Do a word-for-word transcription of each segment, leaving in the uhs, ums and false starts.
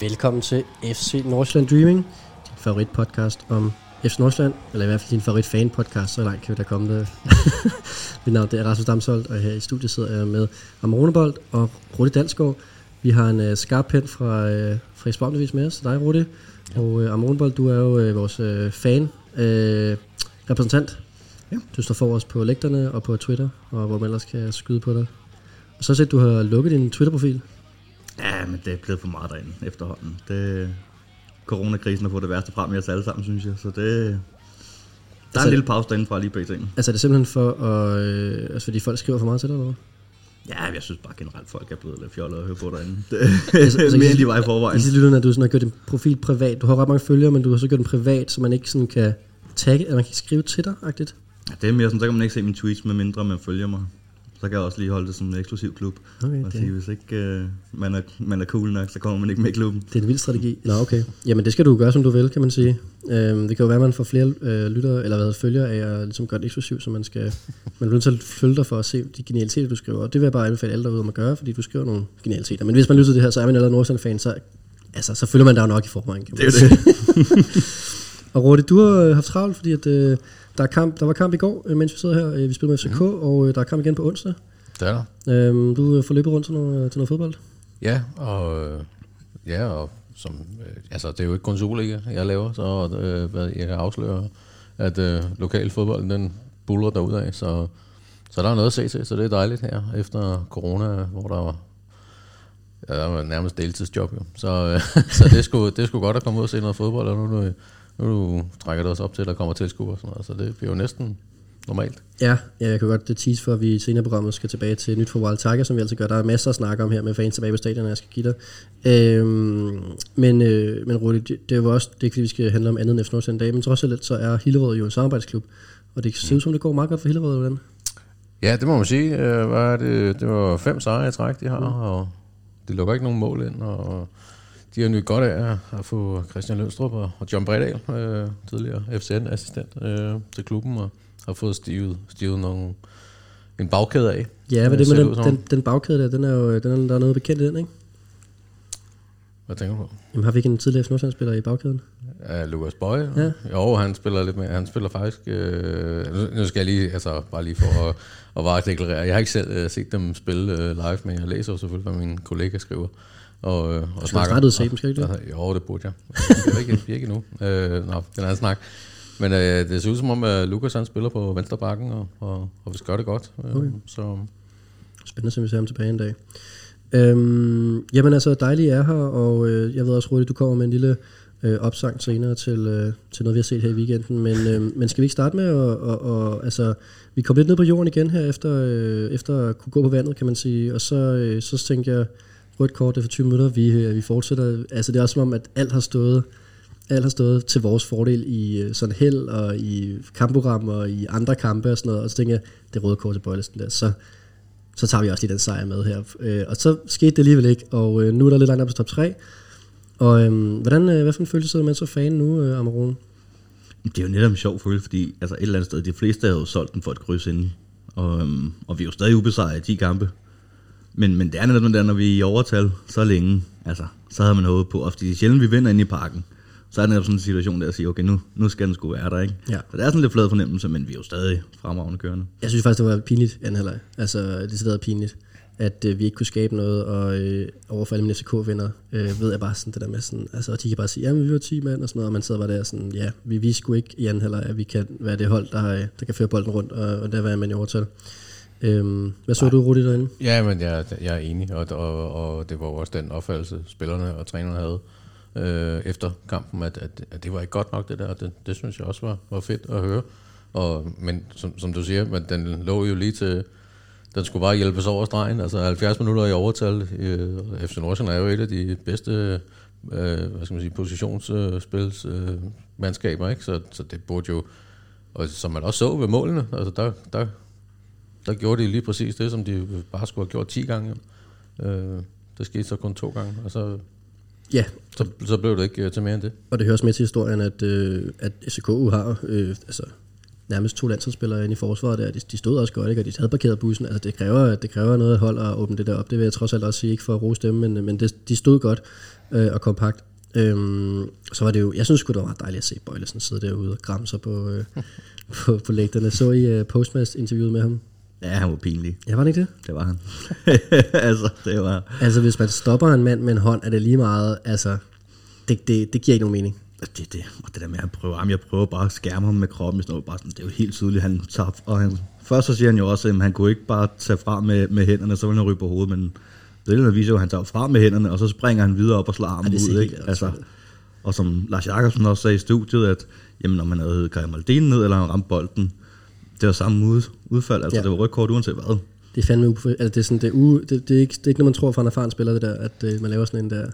Velkommen til F C Nordsjælland Dreaming, din favoritpodcast om F C Nordsjælland, eller i hvert fald din favorit fan-podcast, så langt kan vi da komme det. Mit navn er Rasmus Damsholdt, og her i studiet sidder jeg med Amaroneboldt og Rudi Dalsgaard. Vi har en uh, skarp pen fra, uh, fra Esbjergvis med os, dig Rudi. Ja. Og uh, Amaroneboldt, du er jo uh, vores uh, fan-repræsentant. Uh, ja. Du står for os på lægterne og på Twitter, og hvor man ellers kan skyde på dig. Og så har du har lukket din Twitter-profil. Ja, men det er blevet for meget derinde efterhånden. Det, coronakrisen har fået det værste frem i os alle sammen, synes jeg. Så det, der er altså, en lille pause derinde fra lige på tingene. Altså er det simpelthen for, at, øh, altså fordi folk skriver for meget til dig, eller? Ja, jeg synes bare generelt, folk er blevet lidt fjollet at høre på derinde. Det altså, altså, mere end de var i forvejen. I sidste at du sådan har gjort din profil privat. Du har ret mange følgere, men du har så gjort den privat, så man ikke sådan kan tagge, eller man kan skrive til dig-agtigt. Ja, det er mere sådan, så kan man ikke se mine tweets, med mindre man følger mig. Så kan jeg også lige holde det som en eksklusiv klub. Okay, og sige, hvis ikke øh, man, er, man er cool nok, så kommer man ikke med i klubben. Det er en vild strategi. Nå, okay. Jamen det skal du gøre, som du vil, kan man sige. Øhm, det kan jo være, at man får flere øh, lyttere, eller hvad følger af at ligesom gøre det eksklusivt, så man skal man bliver nødt til at følge dig for at se de genialiteter, du skriver. Og det vil jeg bare anbefale alle derude om at gøre, fordi du skriver nogle genialiteter. Men hvis man lytter til det her, så er man allerede Nordsjælland-fan, så, altså, så følger man der jo nok i forvejen. Det er det. Og Rudi, du har haft travlt, fordi at, øh, der, er kamp, der var kamp i går, mens vi sidder her. Vi spiller med F C K, mm. og øh, der er kamp igen på onsdag. Det er der. Øhm, du får løbet rundt til noget, til noget fodbold? Ja, og, ja, og som, altså, det er jo ikke kun Superliga, jeg laver, så øh, hvad, jeg kan afsløre, at øh, lokal fodbold, den buller derudad, så, så der er noget at se til, så det er dejligt her, efter corona, hvor der var, ja, der var nærmest deltidsjob, jo. Så, øh, så det, er sgu, det er sgu godt at komme ud og se noget fodbold, og nu, nu, nu trækker det også op til, at der kommer tilskuere og sådan noget, så det bliver jo næsten normalt. Ja, ja, jeg kan godt det tease for, at vi senere i programmet skal tilbage til Nyt for Wild Tiger, som vi altid gør. Der er masser at snakke om her med fans tilbage på stadion, jeg skal give dig. Øhm, men, øh, men Rudi, det, det er jo også, det er ikke fordi, vi skal handle om andet end F C Nordsjælland dag, men trods alt så er Hillerød jo en samarbejdsklub, og det ser ud som, det går meget godt for Hillerød, hvordan? Ja, det må man sige. Øh, hvad er det? Det var fem sejre i træk, de har, mm. og de lukker ikke nogen mål ind, og de har nyt godt af at få Christian Lønstrup og John Bredal, øh, tidligere F C N-assistent, øh, til klubben, og har fået stivet, stivet nogle, en bagkæde af. Ja, hvad det med den, den, den bagkæde der, den er jo, den er, der er noget bekendt i den, ikke? Hvad tænker du på? Jamen har vi ikke en tidligere F C Nordsjælland-spiller i bagkæden? Ja, Lukas Bøje. Ja. Jo, han spiller lidt mere. Han spiller faktisk, øh, nu skal jeg lige, altså bare lige for at, at bare deklarere. Jeg har ikke selv øh, set dem spille øh, live, men jeg læser selvfølgelig, hvad min kollega skriver. Og, øh, og du snakker. Du se dem, skal ikke det? Altså, jo, det burde jeg. Jeg ved ikke, ikke endnu. Øh, nå, den anden snak. Men øh, det ser ud som om, at Lukas han spiller på venstre bakken, og, og, og vi gør det godt. Okay. Så. Spændende, at vi ser ham tilbage en dag. Øhm, jamen altså, dejligt er her, og øh, jeg ved også, Rudi, du kommer med en lille øh, opsang senere til, øh, til noget, vi har set her i weekenden. Men, øh, men skal vi ikke starte med at, og, og, altså, vi kom lidt ned på jorden igen her, efter, øh, efter at kunne gå på vandet, kan man sige. Og så, øh, så tænkte jeg, rødt kort efter tyve minutter, vi, øh, vi fortsætter. Altså det er også som om, at alt har stået... Alt har stået til vores fordel i sådan held og i kampprogram og i andre kampe og sådan noget. Og så tænker jeg, det røde kort til Bøjlesen der, så, så tager vi også lige den sejr med her. Øh, og så skete det alligevel ikke, og øh, nu er der lidt langt op til top tre. Og øh, hvordan, øh, hvad for en følelse sidder man så fan nu, øh, Amarone? Det er jo netop en sjov følelse, fordi altså et eller andet sted, de fleste har jo solgt den for et kryds inden. Og, øhm, og vi er jo stadig ubesejret i ti kampe. Men, men det er netop der, når vi er i overtal så længe, altså, så havde man håbet på, ofte det er sjældent, vi vinder inde i parken. Så er det netop sådan en situation der at sige, okay, nu, nu skal den sgu være der, ikke? Ja. Så det er sådan lidt flad fornemmelse, men vi er jo stadig fremragende kørende. Jeg synes faktisk, det var pinligt, anden halvleg. Altså, det er pinligt, at øh, vi ikke kunne skabe noget, og øh, overfalde mine F C K-venner, øh, ved jeg bare sådan det der med sådan, altså, og de kan bare sige, jamen vi var ti mand og sådan noget, og man sidder bare der sådan, ja, vi viser sgu ikke i anden halvleg, at vi kan være det hold, der, der kan føre bolden rundt, og, og der var man i overtal. Øhm, hvad så Ej. du, Rudi, derinde? Ja, men jeg, jeg er enig, og, og, og det var også den opfattelse, spillerne og trænerne havde, Øh, efter kampen, at, at, at det var ikke godt nok det der, det, det synes jeg også var, var fedt at høre, og, men som, som du siger, men den lå jo lige til, den skulle bare hjælpes over stregen, altså halvfjerds minutter i overtal. øh, F C Nordsjælland er jo et af de bedste øh, hvad skal man sige, positionsspils øh, mandskaber, ikke? Så, så det burde jo, og som man også så ved målene, altså der, der, der gjorde de lige præcis det, som de bare skulle have gjort ti gange. øh, det skete så kun to gange, og så Ja. Så, så blev det ikke uh, til mere end det. Og det høres med til historien, at, øh, at F C K har øh, altså, nærmest to landsholdsspillere inde i forsvaret der, de, de stod også godt, ikke? Og de havde parkeret bussen. Altså det kræver, det kræver noget at holde og åbne det der op. Det vil jeg trods alt også sige, ikke for at rose dem, men, men det, de stod godt øh, og kompakt. Øhm, så var det jo, jeg synes sgu, det var meget dejligt at se Bøjlesen sidde derude og gramme sig på, øh, på, på lægterne. Så I uh, postmatch-interviewet med ham? Ja, han var pinlig. Ja, var det ikke det? Det var han. altså, det var... Altså, hvis man stopper en mand med en hånd, er det lige meget, altså, det, det, det giver ikke nogen mening. Det, det, og det der med at prøve ham, jeg prøver bare at skærme ham med kroppen i sådan noget, bare sådan, det er jo helt tydeligt, han tager, og han, først så siger han jo også, at han kunne ikke bare tage fra med, med hænderne, så ville han ryge på hovedet, men det viser jo, at han tager fra med hænderne, og så springer han videre op og slår armen ja, ud, ikke? Altså, og som Lars Jakobsen også sagde i studiet, at jamen, når man havde Karim Maldini ned, eller han ramte bolden, det var samme ud, udfald, altså ja. Det var rødt kort uanset hvad. Det er fandme uge, altså det er sådan, det er, uge, det, det, er ikke, det er ikke, når man tror fra en erfaren spiller det der, at uh, man laver sådan en der.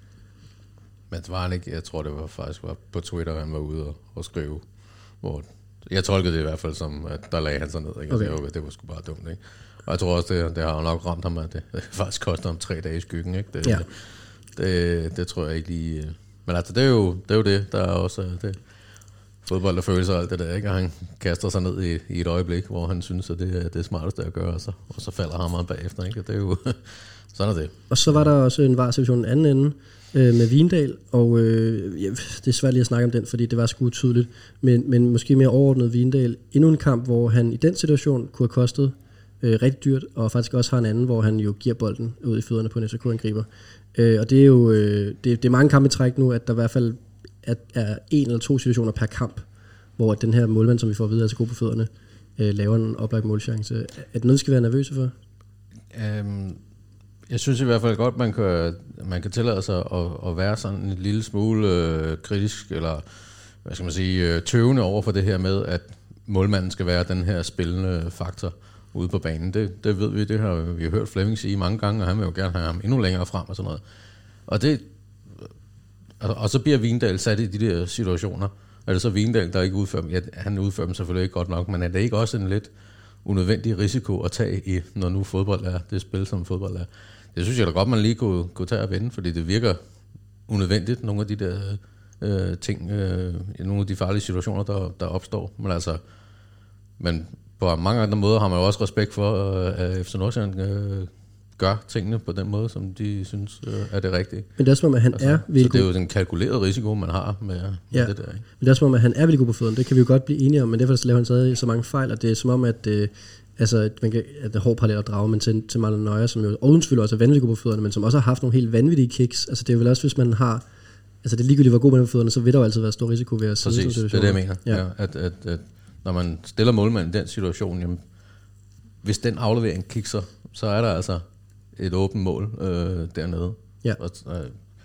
Men det var han ikke, jeg tror det var faktisk var på Twitter, han var ude og, og skrive, hvor jeg tolkede det i hvert fald som, at der lagde han sig ned, ikke? Okay. Det, var, det var sgu bare dumt, ikke? Og jeg tror også, det, det har jo nok ramt ham, at det, det faktisk koster ham tre dage i skyggen, ikke? Det, ja. det, det, det tror jeg ikke lige, men altså det er jo det, er jo det der er også det, fodbold og følelser og alt det der, ikke? Og han kaster sig ned i, i et øjeblik, hvor han synes, at det er det smarteste at gøre, og så, og så falder hammeren bagefter, ikke? Og det er jo, sådan er det. Og så var der også en var-situation anden ende, øh, med Vindal, og øh, ja, det er svært lige at snakke om den, fordi det var sgu tydeligt, men, men måske mere overordnet Vindal. Endnu en kamp, hvor han i den situation kunne have kostet øh, rigtig dyrt, og faktisk også har en anden, hvor han jo giver bolden ud i fødderne på en F C K-angriber. Øh, og det er jo øh, det, det er mange kampe i træk nu, at der i hvert fald at er en eller to situationer per kamp, hvor den her målmand, som vi får at vide, er så god på fødderne, øh, laver en oplagt målchance. Er det noget, vi skal være nervøse for? Um, jeg synes i hvert fald godt, man kan, man kan tillade sig at, at være sådan en lille smule øh, kritisk, eller hvad skal man sige, øh, tøvende over for det her med, at målmanden skal være den her spillende faktor ude på banen. Det, det ved vi, det har vi har hørt Flemming sige mange gange, og han vil jo gerne have ham endnu længere frem og sådan noget. Og det Og så bliver Vindal sat i de der situationer. Er det så Vindal, der ikke udfører dem? Ja, han udfører dem selvfølgelig ikke godt nok, men er det ikke også en lidt unødvendig risiko at tage i, når nu fodbold er det spil, som fodbold er? Det synes jeg da godt, man lige kunne, kunne tage og vende, fordi det virker unødvendigt, nogle af de der øh, ting, øh, nogle af de farlige situationer, der, der opstår. Men altså, men på mange andre måder har man jo også respekt for, at F C Nordsjælland øh, gør tingene på den måde, som de synes øh, er det rigtige. Men det er som om, at han altså, er virkelig god. Så det er jo en kalkuleret risiko, man har med, med ja. det der. Ikke? Men det er som om, at han er virkelig god på fødderne. Det kan vi jo godt blive enige om, men derfor laver han stadig så mange fejl, og det er som om, at, øh, altså, at, man kan, at det er hård parallel at drage, men til, til Marlon Neuer, som jo uden selvfølgelig også er vanvittig god på fødderne, men som også har haft nogle helt vanvittige kicks. Altså det er vel også, hvis man har, altså det er ligegyldigt, hvor god man er på fødderne, så vil der jo altid være stor risiko ved at sidde i sådan en situation. Det er det, jeg mener. Ja. Ja, at, at, at, når man stiller målmanden i den situation, jamen, hvis den aflevering kikser, så er der altså et åbent mål øh, dernede. Ja. Og, øh,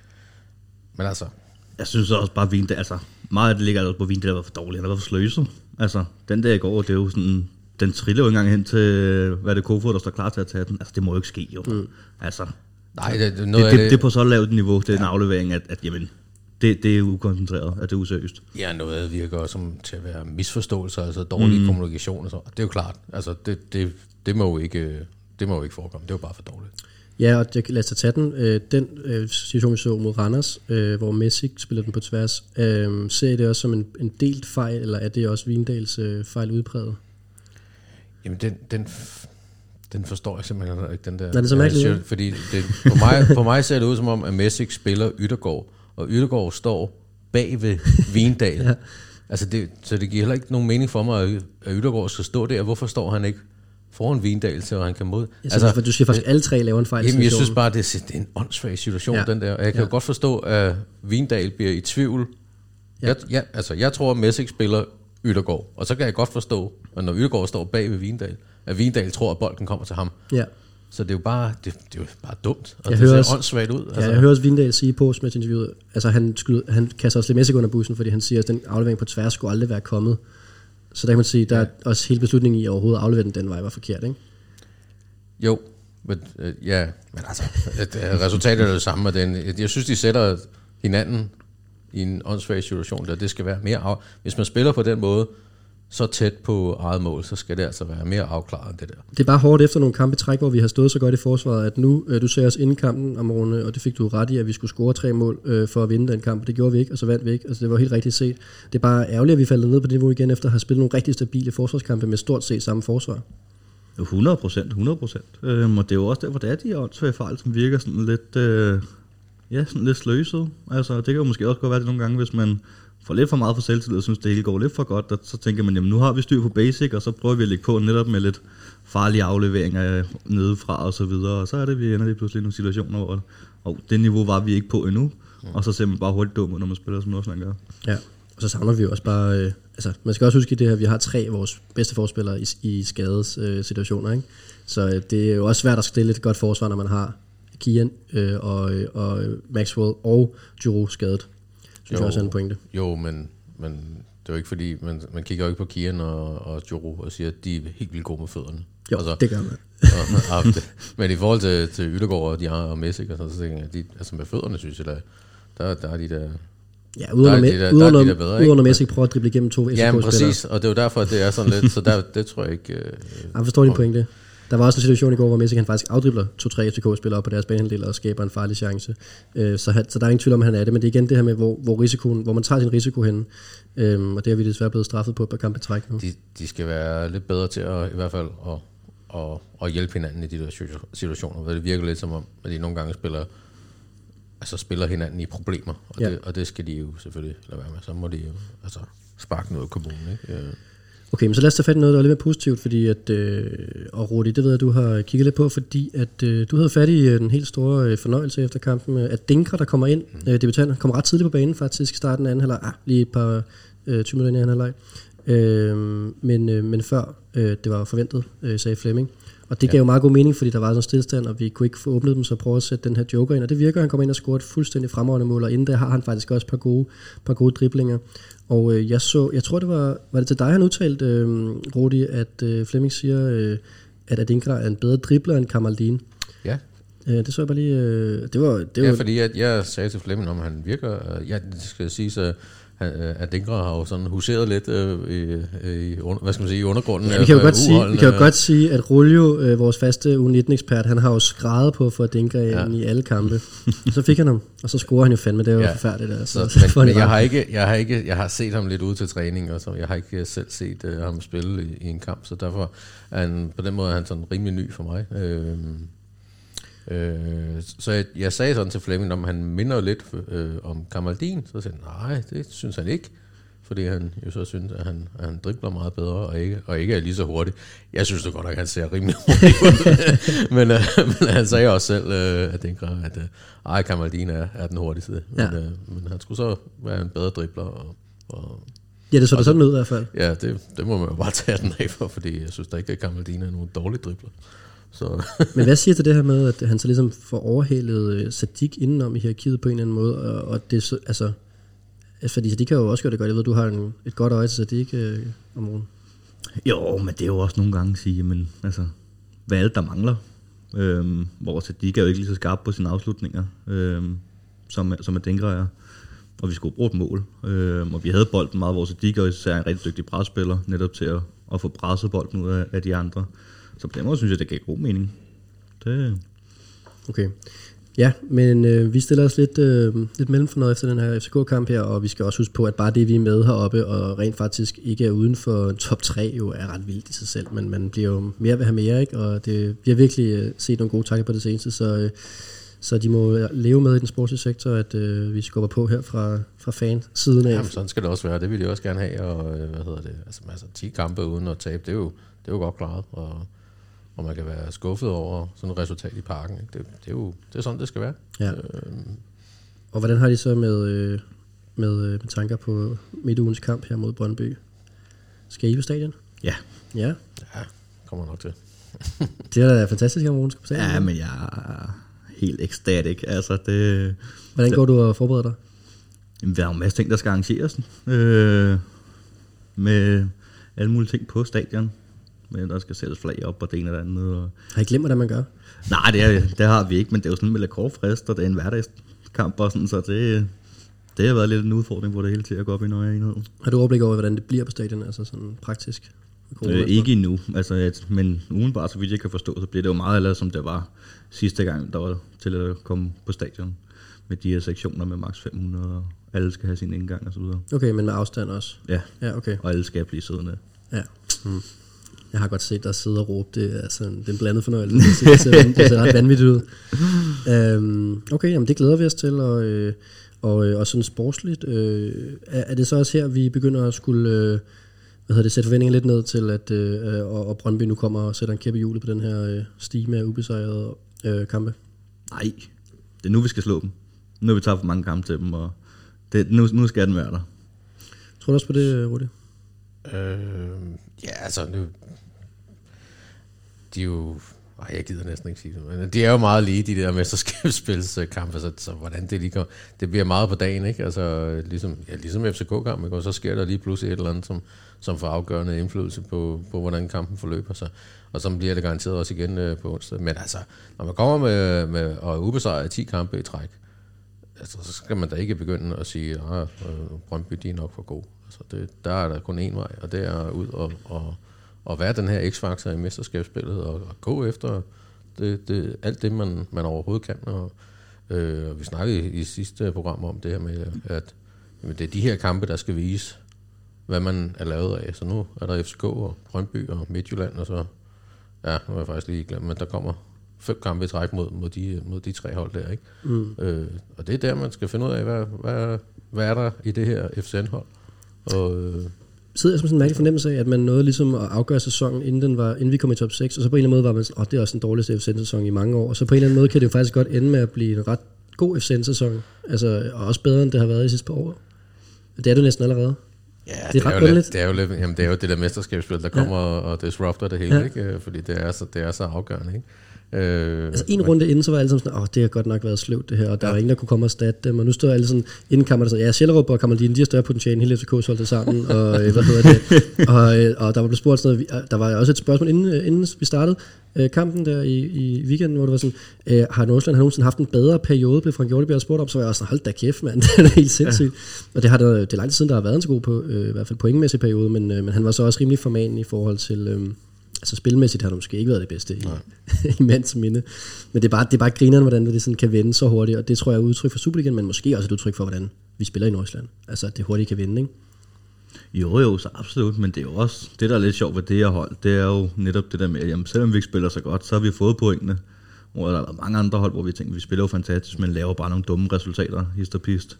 men altså, jeg synes også bare Vindal, altså meget af det ligger altså på Vindal, der var for dårlig, han var for sløset. Altså den der i går, det er jo sådan, den triller jo engang hen til, hvad det Kofod, der står klar til at tage den. Altså det må jo ikke ske jo. Mm. Altså, nej, det, det, noget det, det, det, det er på så lavt niveau, det er ja. en aflevering, at, at jamen, det, det er ukoncentreret, at det er useriøst. Ja, noget virker som til at være misforståelser, altså dårlig mm. kommunikation og så. Det er jo klart, altså det, det, det må jo ikke, det må jo ikke forekomme, det er jo bare for dårligt. Ja, og jeg, lad os tage den. Øh, den øh, situation, vi så mod Randers, øh, hvor Messi spiller den på tværs, øh, ser I det også som en, en delt fejl, eller er det også Vindals øh, fejl udpræget? Jamen, den, den, den forstår jeg simpelthen ikke, den der. Nej, det er så mærkeligt. Ja, fordi det, på, mig, på mig ser det ud som om, at Messi spiller Yttergaard, og Yttergaard står bag ved Vindal. Ja. Altså det, så det giver heller ikke nogen mening for mig, at Yttergaard skal stå der. Hvorfor står han ikke foran Vindal, så han kan mod? Altså, altså, du siger faktisk, at alle tre laver en fejl. Jamen, jeg synes bare, det er, det er en åndssvag situation, ja. den der. Og jeg kan ja. jo godt forstå, at Vindal bliver i tvivl. Ja. Jeg, ja, altså, jeg tror, at Messi spiller Yttergaard. Og så kan jeg godt forstå, at når Yttergaard står bag ved Vindal, at Vindal tror, at bolden kommer til ham. Ja. Så det er jo bare, det, det er jo bare dumt, og jeg det ser også åndssvagt ud. Altså. Ja, jeg hører også Vindal sige på postmatch-interviewet, altså han, skyder, han kaster også lidt Messi under bussen, fordi han siger, at den aflevering på tværs skulle aldrig være kommet. Så der kan man sige, der ja. er også hele beslutningen i overhovedet at aflevere den den vej var forkert, ikke? Jo, men, øh, ja, men altså, et, resultatet er det samme. Og den, jeg synes, de sætter hinanden i en åndssvag situation, der det skal være mere af. Hvis man spiller på den måde, så tæt på eget mål, så skal det altså være mere afklaret end det der. Det er bare hårdt efter nogle kampe i træk, hvor vi har stået så godt i forsvaret, at nu, øh, du ser os inden kampen, Amrone, og det fik du ret i, at vi skulle score tre mål øh, for at vinde den kamp, og det gjorde vi ikke, og så vandt vi ikke. Altså det var helt rigtigt set. Det er bare ærgerligt, at vi faldt ned på det niveau igen, efter at have spillet nogle rigtig stabile forsvarskampe med stort set samme forsvar. hundrede procent, hundrede procent. Øhm, og det er jo også derfor, det er de åndssvage fejl, som virker sådan lidt, øh, ja, sådan lidt sløset. Altså det kan jo måske også godt være det nogle gange, hvis man får lidt for meget for selvtillid, og synes det hele går lidt for godt, så tænker man, jamen nu har vi styr på basic, og så prøver vi at lægge på netop med lidt farlige afleveringer nedefra og så videre, og så er det, vi ender lige pludselig i nogle situationer, hvor og det niveau var vi ikke på endnu, mm. og så ser man bare hurtigt dum ud, når man spiller, som Nordsjælland gør. Ja, og så savner vi jo også bare, øh, altså man skal også huske det her, vi har tre af vores bedste forspillere i, i skades øh, situationer, ikke? Så øh, det er jo også svært at stille et godt forsvar, når man har Kian øh, og, og Maxwell og Giroud skadet. Synes jo, jeg også er en pointe. Jo, men, men det er jo ikke fordi, man, man kigger jo ikke på Kian og, og Giroud og siger, at de er helt vildt gode med fødderne. Jo, altså, det gør man. og, og, men i forhold til, til Yttergaard og de og Messi og sådan, så tænker jeg, de, altså med fødderne synes jeg, der, der, der er de der... Ja, uden at Messi prøver at drible igennem to F C K-spillere. Ja, men præcis, og det er jo derfor, at det er sådan lidt, så der, det tror jeg ikke... Øh, jeg forstår din pointe. Der var også en situation i går, hvor Messi han faktisk afdribler to-tre F C K-spillere op på deres banehalvdel og skaber en farlig chance. Øh, så, han, så der er ingen tvivl om, at han er det, men det er igen det her med, hvor, hvor, risikoen, hvor man tager sin risiko hen. Øhm, og det har vi desværre blevet straffet på et par kampe træk nu. De, de skal være lidt bedre til at, i hvert fald at, at, at hjælpe hinanden i de der situationer, hvor det virker lidt som om, at de nogle gange spiller, altså spiller hinanden i problemer, og, ja. det, og det skal de jo selvfølgelig lade være med. Så må de jo altså, sparke noget i kommunen, ikke? Okay, men så lad os tage fat i noget, der er lidt mere positivt, fordi at, øh, og Rudi, det ved jeg, du har kigget lidt på, fordi at øh, du havde fat i øh, den helt store øh, fornøjelse efter kampen, øh, at Dinkra, der kommer ind, øh, debutanter, kommer ret tidligt på banen faktisk, starten af anden halvleg, ah, lige et par øh, tyve minutter i anden halvleg, øh, men, øh, men før øh, det var forventet, øh, sagde Flemming, og det gav ja. jo meget god mening, fordi der var sådan en stillestand, og vi kunne ikke få åbnet dem, så prøve at sætte den her joker ind, og det virker, han kommer ind og scorer et fuldstændig fremragende mål, og inden der har han faktisk også et par gode, par gode driblinger. Og øh, jeg så, jeg tror det var, var det til dig, han udtalte, øh, Rudi, at øh, Flemming siger, øh, at Adinkra er en bedre dribler end Kamaldin. Ja. Øh, det så jeg bare lige, øh, det var... Det var ja, fordi at jeg sagde til Flemming, om han virker, øh, ja, det skal sige, så Adinkra har jo sådan huseret lidt øh, i, i, under, hvad skal man sige, i undergrunden. Ja, vi kan jo, godt sige, vi kan jo godt sige, at Ruljo, øh, vores faste U nitten-ekspert, han har jo skrevet på for Adinkra ja. i alle kampe. Så fik han ham, og så scorer han jo fandme, det er jo ja. forfærdeligt. Altså. Så, men men jeg, har ikke, jeg, har ikke, jeg har set ham lidt ude til træning, og så jeg har ikke selv set uh, ham spille i, i en kamp, så derfor er han, på den måde er han sådan rimelig ny for mig. Øh, Øh, så jeg, jeg sagde sådan til Flemming, om han minder lidt øh, om Kamaldin, så sagde han, nej, det synes han ikke, fordi han jo så synes, at han, at han dribler meget bedre, og ikke, og ikke er lige så hurtig. Jeg synes det godt, at han ser rimelig hurtig ud, men, øh, men han sagde også selv, øh, at det ikke at øh, ej, Kamaldin er, er den hurtigste, ja. men, øh, men han skulle så være en bedre dribler. Og, og, ja, det så det sådan ud i hvert fald. Ja, det, det må man jo bare tage den af for, fordi jeg synes da ikke, at Kamaldin er nogen dårlig dribler. Så. Men hvad siger til det her med, at han så ligesom får overhalet Sadik indenom i hierarkiet på en eller anden måde, og, og det så, altså, fordi Sadik kan jo også gøre det godt, jeg ved, du har en, et godt øje til Sadik øh, om morgenen. Jo, men det er jo også nogle gange at sige, men altså, hvad er det, der mangler? Øhm, hvor Sadik er jo ikke lige så skarp på sine afslutninger, øhm, som, som Adinkra er, og vi skulle bruge et mål, øhm, og vi havde bolden meget, hvor Sadik er især en rigtig dygtig presspiller, netop til at, at få presset bolden ud af, af de andre. Så på den måde synes jeg, det gav god mening. Det. Okay. Ja, men øh, vi stiller os lidt, øh, lidt mellemfornøjet efter den her F C K-kamp her, og vi skal også huske på, at bare det, vi er med heroppe, og rent faktisk ikke er uden for top tre, jo er ret vildt i sig selv, men man bliver jo mere ved at have mere, ikke? Og det, vi har virkelig øh, set nogle gode takter på det seneste, så, øh, så de må leve med i den sportslige sektor, at øh, vi skubber på her fra, fra fan-siden af. Jamen, sådan skal det også være. Det vil de også gerne have, og øh, hvad hedder det? Altså, altså ti kampe uden at tabe, det er jo, det er jo godt klaret, og og man kan være skuffet over sådan et resultat i Parken. Det, det er jo det er sådan, det skal være. Ja. Øhm. Og hvordan har de så med, øh, med, med tanker på midtugens kamp her mod Brøndby? Skal I på stadion? Ja. Ja? Ja, kommer nok til. Det er da fantastisk, at morgen skal på stadion. Ja, men jeg er helt ekstatisk. Altså, det, hvordan går du og forbereder dig? Jamen, der er jo en masse ting, der skal arrangeres. Øh, med alle mulige ting på stadion. Men der skal sættes flag op og det ene og det andet. Og har I glemt, hvordan man gør? Nej, det, er, det har vi ikke, men det er jo sådan med lakårfrist, og det er en hverdagskamp og sådan, så det, det har været lidt en udfordring, hvor det hele tiden går op i en højere enhed. Har du overblik over, hvordan det bliver på stadion, altså sådan praktisk? Øh, ikke endnu, altså, at, men umiddelbart, så vidt jeg kan forstå, så bliver det jo meget eller som det var sidste gang, der var til at komme på stadion. Med de her sektioner med maks fem hundrede, og alle skal have sin indgang og så videre. Okay, men med afstand også? Ja, ja okay. Og alle skal blive siddende. Ja. Hmm. Jeg har godt set dig sidde og råbe, det er, altså, det er en blandet fornøjelse. Det ser, det ser ret vanvittigt ud. Um, okay, jamen det glæder vi os til, og, øh, og, og sådan sportsligt. Øh, er, er det så også her, vi begynder at skulle øh, hvad hedder det, sætte forventninger lidt ned til, at øh, og, og Brøndby nu kommer og sætter en kæppe i hjulet på den her øh, stime af ubesejrede øh, kampe? Nej, det er nu, vi skal slå dem. Nu har vi taget for mange kampe til dem, og det, nu, nu skal den være der. Tror du også på det, Rudi? Øh, ja, altså nu... De er jo... Ej, jeg gider næsten ikke sige det, men de er jo meget lige, de der mesterskabsspilskampe, så, så hvordan det lige går... Det bliver meget på dagen, ikke? Altså, ligesom, ja, ligesom F C K-kamp, ikke? Og så sker der lige pludselig et eller andet, som, som får afgørende indflydelse på, på, hvordan kampen forløber sig. Og så bliver det garanteret også igen øh, på onsdag. Men altså, når man kommer med, med og ubesejret ti kampe i træk, altså, så skal man da ikke begynde at sige, at ah, Brøndby, de er nok for god. Altså, det, der er der kun én vej, og det er ud og... og og være den her x-faktor i mesterskabsspillet, og, og gå efter det, det, alt det, man, man overhovedet kan. Og, øh, vi snakkede i, i sidste program om det her med, at jamen, det er de her kampe, der skal vise, hvad man er lavet af. Så nu er der F C K og Brøndby og Midtjylland, og så, ja, nu har jeg faktisk lige glemt, men der kommer fem kampe i træk mod, mod, de, mod de tre hold der, ikke? Mm. Øh, og det er der, man skal finde ud af, hvad, hvad, hvad er der i det her F C N-hold. Og... Øh, sidder jeg som sådan en mærkelig fornemmelse af, at man nåede ligesom at afgøre sæsonen, inden, den var, inden vi kom i top seks, og så på en eller anden måde var man sådan, åh, det er også den dårligste F C N-sæson i mange år, og så på en eller anden måde kan det jo faktisk godt ende med at blive en ret god F C N-sæson, altså, og også bedre, end det har været i sidste par år. Det er det næsten allerede. Ja, det er, det, er jo lidt, det, er jo lidt, jamen, det er jo det der mesterskabsspil, der kommer ja. og disrupter det hele, ja. Ikke? Fordi det er, så, det er så afgørende, ikke? Øh, altså en men, runde inden, så var alle sådan, åh, det har godt nok været sløvt det her, og der ja. var ingen, der kunne komme og statte dem, og nu står alle sådan, inden kammer der så, ja, Sjællerup og Kamaldin, de har større potentiale, hele F C K holdt det sammen, og øh, hvad hedder det, og, øh, og der var blevet spurgt sådan noget, der var også et spørgsmål, inden, inden vi startede øh, kampen der i, i weekenden, hvor det var sådan, øh, har Nordsjælland nogensinde haft en bedre periode, blev Frank Hjortebjerg spurgt om, så var jeg også sådan, hold da kæft, mand, det er helt sindssygt, ja. Og det har der, det er lang tid siden, der har været en så god på, øh, i hvert fald pointmæssig periode, men, øh, men han var så også rimelig formanende i forhold til... Øh, altså spilmæssigt har det måske ikke været det bedste i, i mands minde. Men det er bare, det er bare grineren, hvordan det sådan kan vende så hurtigt, og det tror jeg er udtryk for Superligaen, men måske også et udtryk for, hvordan vi spiller i Nordsjælland. Altså, at det hurtigt kan vende, ikke? Jo, jo, så absolut, men det er jo også, det der er lidt sjovt ved det her hold, det er jo netop det der med, jamen selvom vi ikke spiller så godt, så har vi fået pointene, hvor der er mange andre hold, hvor vi tænker, vi spiller jo fantastisk, men laver bare nogle dumme resultater, hist og pist.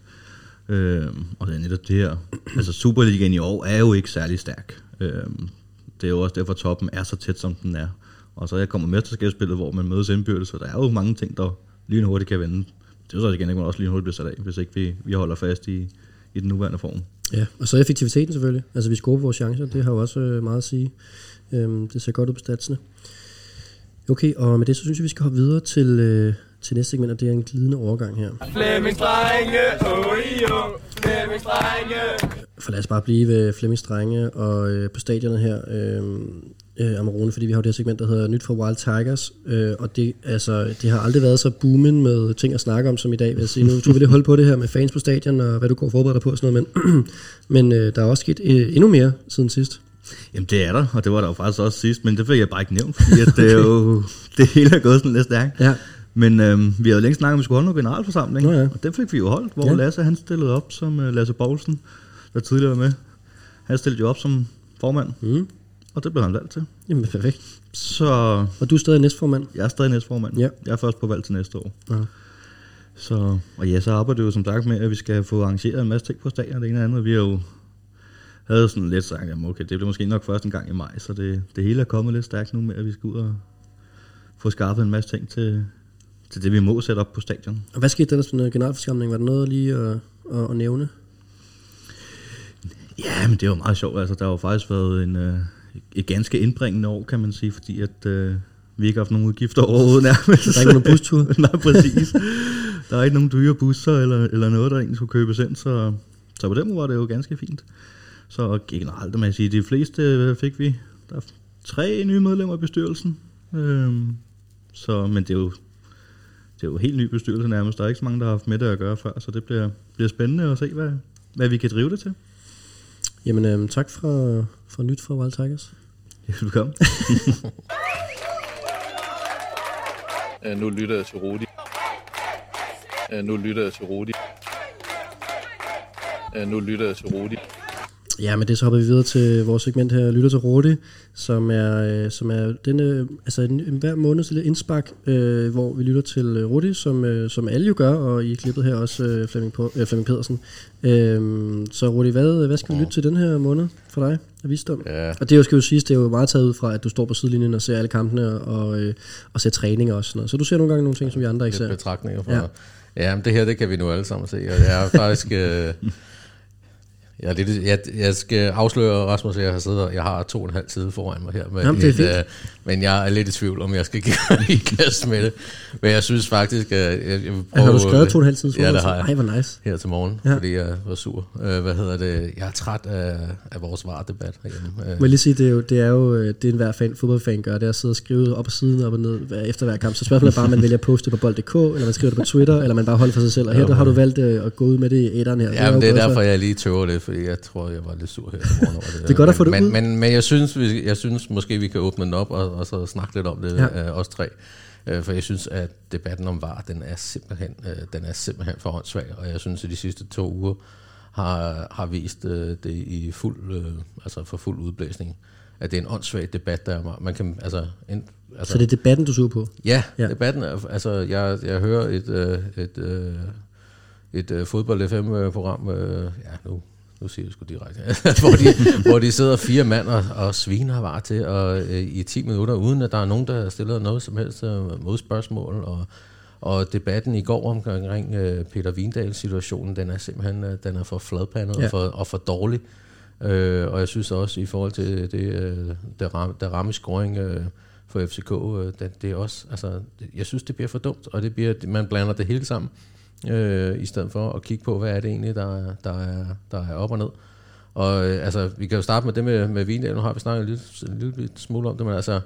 Øh, og det er netop det her, altså Superligaen i år er jo ikke særlig stærk. Øh, Det er jo også derfor, toppen er så tæt, som den er. Og så jeg kommer mesterskabsspillet, hvor man mødes indbyrdes, så der er jo mange ting, der lynhurtigt kan vende. Det er jo så igen, at man også lynhurtigt bliver sat af, hvis ikke vi, vi holder fast i, i den nuværende form. Ja, og så effektiviteten selvfølgelig. Altså vi scorer på vores chancer, det har jo også meget at sige. Øhm, det ser godt ud på statsene. Okay, og med det, så synes jeg, vi skal hoppe videre til, øh, til næste segment, og det er en glidende overgang her. Flemmings Drenge, oh, oh. Flemmings Drenge. For lad os bare blive ved Flemmings Drenge og øh, på stadionet her, øh, øh, Amarone, fordi vi har jo det her segment, der hedder Nyt fra Wild Tigers, øh, og det, altså, det har aldrig været så booming med ting at snakke om som i dag, vil jeg sige. Nu tog vi lidt hul på det her med fans på stadion, og hvad du går og forbereder dig på og sådan noget, men, men øh, der er også sket øh, endnu mere siden sidst. Jamen det er der, og det var der jo faktisk også sidst, men det fik jeg bare ikke nævnt, fordi at det er jo det hele er gået sådan lidt stærkt. Ja. Men øhm, vi havde længe snakket om, at vi skulle holde noget generalforsamling, ja, ja. Og det fik vi jo holdt, hvor ja. Lasse han stillede op som uh, Lasse Poulsen, der tidligere var med. Han stillede jo op som formand, mm. og det blev han valgt til. Jamen perfekt. Så, og du er stadig næstformand? Jeg er stadig næstformand. Ja. Jeg er først på valg til næste år. Ja. Så, og ja, så arbejder det jo som sagt med, at vi skal få arrangeret en masse ting på stadion, det ene og andet. Vi har jo havde sådan lidt sagt, at okay, det bliver måske nok først en gang i maj, så det, det hele er kommet lidt stærkt nu med, at vi skal ud og få skaffet en masse ting til, til det, vi må sætte op på stadion. Og hvad skete der for en generalforsamling? Var der noget lige at, at, at nævne? Ja, men det var meget sjovt. Altså, der har jo faktisk været en, uh, et ganske indbringende år, kan man sige, fordi at uh, vi ikke har haft nogen udgifter overhovedet nærmest. Der er ikke nogen bustur? Nej, præcis. Der er ikke nogen dyre busser eller, eller noget, der egentlig skulle købes ind, så, så på den måde var det jo ganske fint. Så generelt, man sige, de fleste fik vi. Der er tre nye medlemmer i bestyrelsen. Øhm, så, men det er jo det det er jo helt ny bestyrelse nærmest. Der er ikke så mange, der har haft med det at gøre før, så det bliver, bliver spændende at se, hvad, hvad vi kan drive det til. Jamen, øhm, tak for, for nyt fra Wild Tigers. Velkommen. uh, nu lytter jeg til Rudi. Uh, nu lytter jeg til Rudi. Uh, nu lytter jeg til Rudi. Ja, men det så hopper vi videre til vores segment her, Lytter til Rudi, som er, som er denne, altså en, en hver måneds lille indspark, øh, hvor vi lytter til Rudi, som, øh, som alle jo gør, og i klippet her også øh, Flemming, øh, Flemming Pedersen. Øh, så Rudi, hvad, hvad skal vi lytte til den her måned for dig af visdom? Ja. Og det er jo, skal jo siges, det er jo meget taget ud fra, at du står på sidelinjen og ser alle kampene, og, øh, og ser træninger og sådan noget. Så du ser nogle gange nogle ting, som vi andre ikke ser. Betragtninger fra. Ja. Ja, men det her, det kan vi nu alle sammen se, og jeg er faktisk... Øh, Ja, det, jeg, jeg skal afsløre, Rasmus, at jeg har siddet og jeg har to og en halv side foran mig her. Med Jamen, det er et, uh, men jeg er lidt i tvivl, om jeg skal give i kast med det. Men jeg synes faktisk, at jeg, jeg vil prøve... Har du skrevet to og en halv side foran? Ja, det har jeg. Ej, hvor nice. Her til morgen, ja. Fordi jeg var sur. Uh, hvad hedder det? Jeg er træt af, af vores varedebat herhjemme. Uh, Må jeg lige sige, det er jo, det er jo det er en hver fan, fodboldfan gør, det er at sidde og skrive op og siden, op og ned efter hver kamp. Så spørgsmålet er bare, om man vælger at poste på bold punktum d k, eller man skriver det på Twitter, eller man bare holder for sig selv. Og her der har du valgt at gå ud med det i æderen her. Ja, men det er derfor, jeg lige tøver det, fordi jeg tror, jeg var lidt sur her til morgen over det. Det er godt at få det men, ud. Men, men, men jeg, synes, vi, jeg synes måske, vi kan åbne den op og, og så snakke lidt om det, ja. øh, os tre. Øh, for jeg synes, at debatten om V A R, den er simpelthen, øh, den er simpelthen for håndsvag. Og jeg synes, at de sidste to uger har, har vist øh, det i fuld, øh, altså for fuld udblæsning. At det er en åndssvag debat, der er, man kan, altså, en, altså... Så det er debatten, du suger på? Ja, ja. Debatten er, altså, jeg, jeg hører et, øh, et, øh, et øh, fodbold F M-program, øh, ja, nu... Nu siger jeg sgu direkte, hvor, de, hvor de sidder fire mand og, og sviner var til og, øh, i ti minutter, uden at der er nogen, der stiller noget som helst øh, modspørgsmål. Og, og debatten i går omkring øh, Peter Vindals situationen, den er simpelthen øh, den er for fladpandet ja. og, for, og for dårlig. Øh, og jeg synes også, i forhold til det, øh, der, ram, der ramme scoring øh, for F C K, øh, det, det er også, altså, det, jeg synes, det bliver for dumt, og det bliver, man blander det hele sammen. Øh, i stedet for at kigge på, hvad er det egentlig, der, der, er, der er op og ned. Og øh, altså, vi kan jo starte med det med, med Vindal. Nu har vi snakket en lille, en lille smule om det, men altså,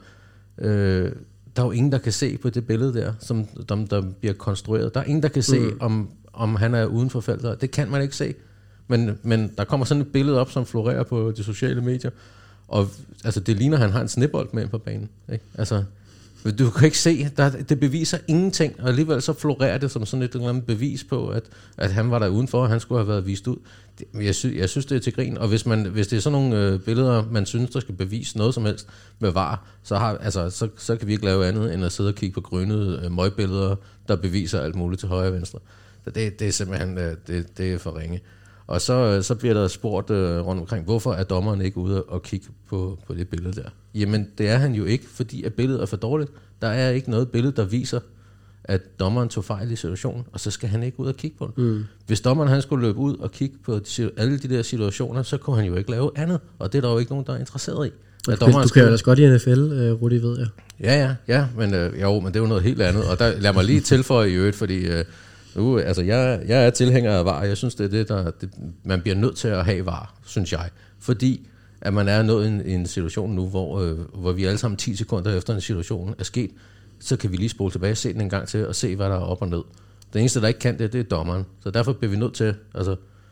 øh, der er jo ingen, der kan se på det billede der, som der, der bliver konstrueret. Der er ingen, der kan se, mm. om, om han er uden for feltet. Det kan man ikke se. Men, men der kommer sådan et billede op, som florerer på de sociale medier, og altså, det ligner, at han har en snebold med ind på banen. Ikke? Altså, du kan ikke se, der, det beviser ingenting, og alligevel så florerer det som sådan et eller andet bevis på, at, at han var der udenfor, og han skulle have været vist ud. Det, jeg, sy, jeg synes, det er til grin, og hvis, man, hvis det er sådan nogle øh, billeder, man synes, der skal bevise noget som helst med V A R, så, har, altså, så, så kan vi ikke lave andet, end at sidde og kigge på grønnede øh, møgbilleder, der beviser alt muligt til højre og venstre. Så det, det er simpelthen øh, det, det er for ringe. Og så, så bliver der spurgt øh, rundt omkring, hvorfor er dommeren ikke ude og kigge på, på det billede der? Jamen, det er han jo ikke, fordi at billedet er for dårligt. Der er ikke noget billede, der viser, at dommeren tog fejl i situationen, og så skal han ikke ud og kigge på den. Mm. Hvis dommeren han skulle løbe ud og kigge på de, alle de der situationer, så kunne han jo ikke lave andet, og det er der jo ikke nogen, der er interesseret i. Du, du kan jo ellers godt i N F L, uh, Rudi, ved jeg. Ja, ja, ja, men, øh, jo, men det er jo noget helt andet, og der, lad mig lige tilføje i øvrigt, fordi... Øh, Nu, altså jeg, jeg er tilhænger af V A R. Jeg synes, det er det, der det, man bliver nødt til at have V A R, synes jeg. Fordi at man er nået i en, en situation nu, hvor, øh, hvor vi alle sammen ti sekunder efter en situation er sket, så kan vi lige spole tilbage, se den en gang til og se, hvad der er op og ned. Den eneste, der ikke kan det, det er dommeren. Så derfor bliver vi nødt til, altså,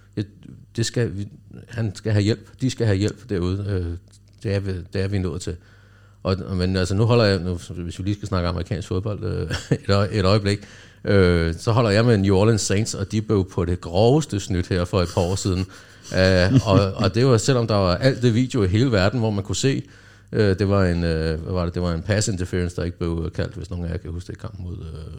det skal, han skal have hjælp, de skal have hjælp derude. Øh, det, er vi, det er vi nødt til. Og, men altså, nu holder jeg, nu, hvis vi lige skal snakke amerikansk fodbold øh, et, et øjeblik, Øh, så holder jeg med New Orleans Saints, og de blev på det groveste snydt her for et par år siden. Øh, og, og det var, selvom der var alt det video i hele verden, hvor man kunne se, øh, det var en, øh, hvad var det? Det var en pass interference, der ikke blev kaldt, hvis nogen af jer kan huske det, kamp mod... Øh,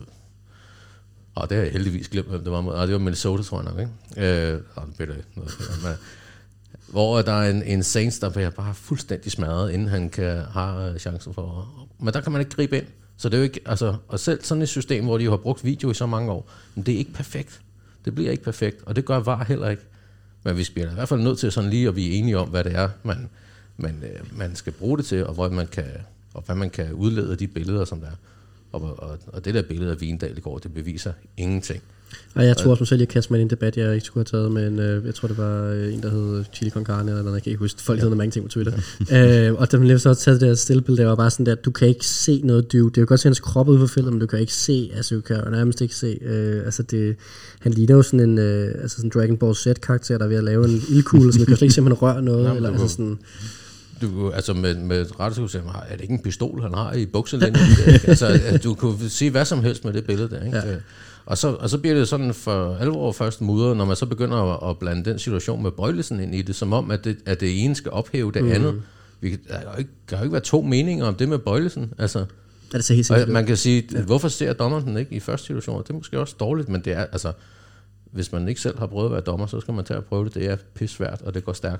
og det har jeg heldigvis glemt, hvem det var mod. Ah, det var Minnesota, tror jeg nok, ikke? Øh, det noget, men, hvor der er en, en Saints, der bliver bare fuldstændig smadret, inden han kan have chancen for... Men der kan man ikke gribe ind. Så det er jo ikke, altså, og selv sådan et system, hvor de jo har brugt video i så mange år, men det er ikke perfekt. Det bliver ikke perfekt, og det gør V A R heller ikke. Men vi bliver i hvert fald nødt til sådan lige at blive enige om, hvad det er, man, man, man skal bruge det til, og, hvor man kan, og hvad man kan udlede af de billeder, som der er. Og, og, og det der billede af Vindal i går, det beviser ingenting. Og jeg tror også mig selv, jeg kaster mig i en debat, jeg ikke skulle have taget med en, øh, jeg tror det var øh, en, der hed Chili con Carne, eller noget, jeg kan ikke huske, folk ja. hedder mange ting på Twitter. øh, og da man lige så også taget det der stillbillede, der var bare sådan der, du kan ikke se noget dyv, det er jo godt se hans krop ud for feltet, men du kan ikke se, altså du kan nærmest ikke se, øh, altså det, han ligner jo sådan en, øh, altså sådan Dragon Ball Z-karakter, der er ved at lave en ildkugle, så du kan slet ikke se, om han rører noget, Jamen, eller altså sådan... Du, altså med, med rettehuset, er det ikke en pistol, han har i bukselinjen? Altså, du kunne sige hvad som helst med det billede der, ikke? Ja. Og så, og så bliver det sådan for alvor først mudret, når man så begynder at, at blande den situation med Bøjlesen ind i det, som om, at det, at det ene skal ophæve det mm. andet. Vi, der kan jo ikke, kan jo ikke være to meninger om det med Bøjlesen. Altså, er det så helt sikkert? Man kan sige, ja. hvorfor ser dommeren den ikke i første situation? Det er måske også dårligt, men det er, altså, hvis man ikke selv har prøvet at være dommer, så skal man tage at prøve det. Det er pissvært, og det går stærkt.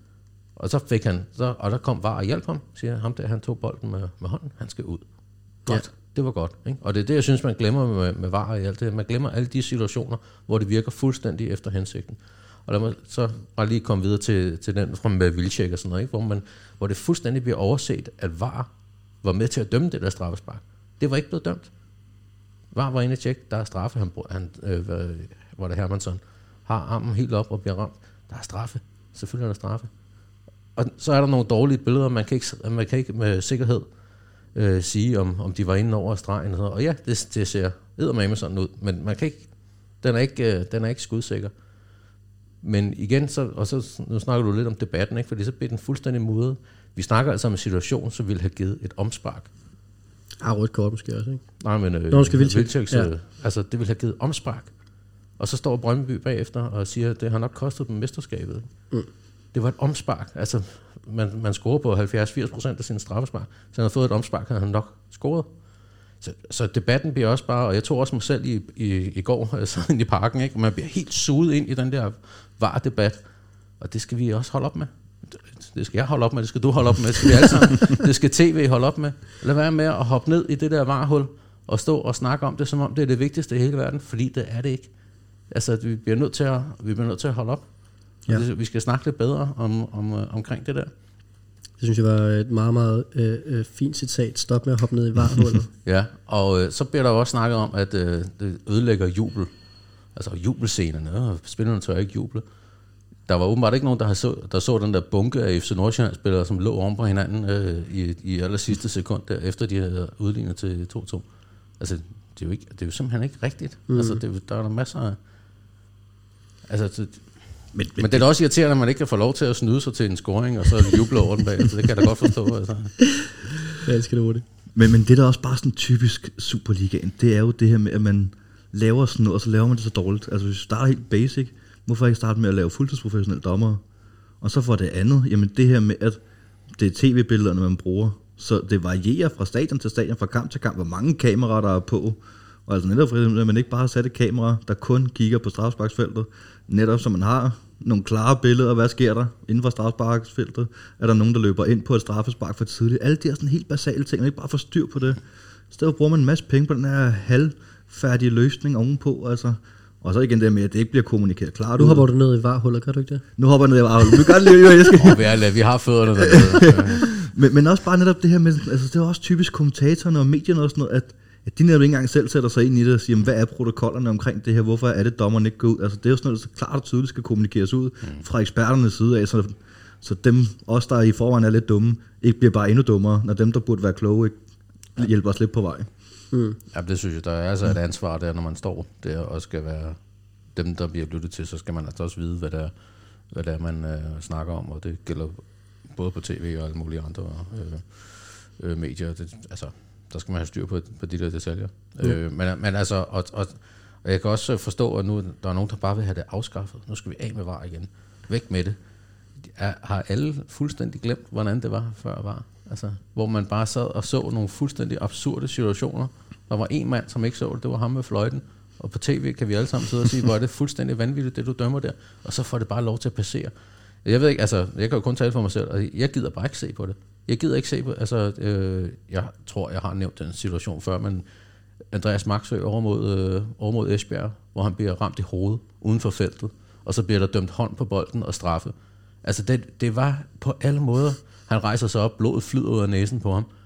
Og så fik han, så, og der kom V A R og hjalp ham, siger ham der, han tog bolden med, med hånden, han skal ud. Godt. Ja. Det var godt, ikke? Og det er det, jeg synes, man glemmer med, med V A R i alt det. Man glemmer alle de situationer, hvor det virker fuldstændig efter hensigten. Og lad mig så bare lige komme videre til, til den fra med Wilczek og sådan noget, ikke? Hvor, man, hvor det fuldstændig bliver overset, at V A R var med til at dømme det der straffespark. Det var ikke blevet dømt. V A R var inde i tjek, der er straffe, han, han øh, var det Hermansson, har armen helt op og bliver ramt. Der er straffe. Selvfølgelig er der straffe. Og så er der nogle dårlige billeder, man kan ikke, man kan ikke med sikkerhed øh, sige, om, om de var inde over stregen. Og, og ja, det, det ser eddermame sådan ud, men man kan ikke, den er ikke, øh, den er ikke skudsikker. Men igen, så, og så, nu snakker du lidt om debatten, ikke? Fordi så bliver den fuldstændig mudret. Vi snakker altså om en situation, som ville have givet et omspark. Ah, rødt kort måske også, ikke? Nej, men øh, Nå, skal Wilczek, ja. Altså, det ville have givet omspark. Og så står Brøndby bagefter og siger, at det har nok kostet dem mesterskabet. Mm. Det var et omspark. Altså, man, man scorer på halvfjerds til firs procent af sine straffespark. Så han havde fået et omspark, havde han nok scoret. Så, så debatten bliver også bare, og jeg tog også mig selv i, i, i går, altså i parken, ikke? Man bliver helt suget ind i den der V A R-debat. Og det skal vi også holde op med. Det skal jeg holde op med, det skal du holde op med, det skal vi alle sammen. Det skal tv holde op med. Lad være med at hoppe ned i det der V A R-hul og stå og snakke om det, som om det er det vigtigste i hele verden, fordi det er det ikke. Altså, vi bliver nødt til at, vi bliver nødt til at holde op. Ja. Det, vi skal snakke lidt bedre om, om, omkring det der. Det synes jeg var et meget, meget øh, øh, fint citat. Stop med at hoppe ned i V A R-hullet. Ja, og øh, så bliver der også snakket om, at øh, det ødelægger jubel. Altså jubelscenerne, og spillerne tør ikke juble. Der var åbenbart ikke nogen, der, så, der så den der bunke af F C Nordsjælland-spillere, som lå oven på hinanden øh, i, i aller sidste sekund, der, efter de havde udlignet til to to. Altså, det er jo, ikke, det er jo simpelthen ikke rigtigt. Mm. Altså, det, der er der masser af... Altså, det, men, men, men det er da også irriterende, at man ikke kan få lov til at snyde sig til en scoring, og så juble over den bag. Altså, det kan jeg da godt forstå. Altså. Jeg elsker det hurtigt. Men, men det der er også bare sådan typisk Superligaen, det er jo det her med, at man laver sådan noget, og så laver man det så dårligt. Altså, hvis vi starter helt basic, hvorfor ikke starte med at lave fuldtidsprofessionelle dommere? Og så for det andet, jamen det her med, at det er tv-billederne, man bruger, så det varierer fra stadion til stadion, fra kamp til kamp, hvor mange kameraer, der er på. Og altså netop for eksempel, at man ikke bare har sat et kamera, der kun kigger på straffesparksfeltet, netop så man har nogle klare billeder, hvad sker der inden for straffesparksfeltet? Er der nogen, der løber ind på et straffespark for tidligt? Alle de her sådan helt basale ting, man ikke bare får styr på det. I stedet bruger man en masse penge på den her halvfærdige løsning ovenpå, altså. Og så igen det med, at det ikke bliver kommunikeret klart. Nu hopper du ned i V A R-hullet, gør du ikke det? Nu hopper jeg ned i V A R-hullet. Du kan godt lide, jeg skal. Oh, vi, er, vi har fødderne dernede. men, men også bare netop det her med, altså det er også typisk kommentatorerne og medierne og sådan noget, at, at de netop ikke engang selv sætter sig ind i det og siger, hvad er protokollerne omkring det her, hvorfor er det dommeren ikke går ud? Altså det er jo sådan noget, der så klart og tydeligt skal kommunikeres ud mm. fra eksperternes side af, så, så dem, os der i forvejen er lidt dumme, ikke bliver bare endnu dummere, når dem, der burde være kloge, ikke hjælper os lidt på vej. Mm. Ja, det synes jeg, der er altså et ansvar der, når man står der og skal være dem, der bliver lyttet til, så skal man altså også vide, hvad det er, hvad det er man øh, snakker om, og det gælder både på tv og alle mulige andre øh, øh, medier. Det, altså, der skal man have styr på, på de der detaljer. Mm. Øh, men, men altså, og, og, og jeg kan også forstå, at nu der er nogen, der bare vil have det afskaffet. Nu skal vi af med V A R igen. Væk med det. Er, har alle fuldstændig glemt, hvordan det var før V A R? Altså, hvor man bare sad og så nogle fuldstændig absurde situationer. Der var en mand, som ikke så det, det var ham med fløjten. Og på tv kan vi alle sammen sidde og sige, hvor er det fuldstændig vanvittigt, det du dømmer der. Og så får det bare lov til at passere. Jeg ved ikke, altså, jeg kan jo kun tale for mig selv, og jeg gider bare ikke se på det. Jeg gider ikke se på, altså, øh, jeg tror, jeg har nævnt den situation før, men Andreas Maxø over mod, øh, over mod Esbjerg, hvor han bliver ramt i hovedet uden for feltet, og så bliver der dømt hånd på bolden og straffe. Altså, det, det var på alle måder. Han rejser sig op, blodet flyder ud af næsen på ham.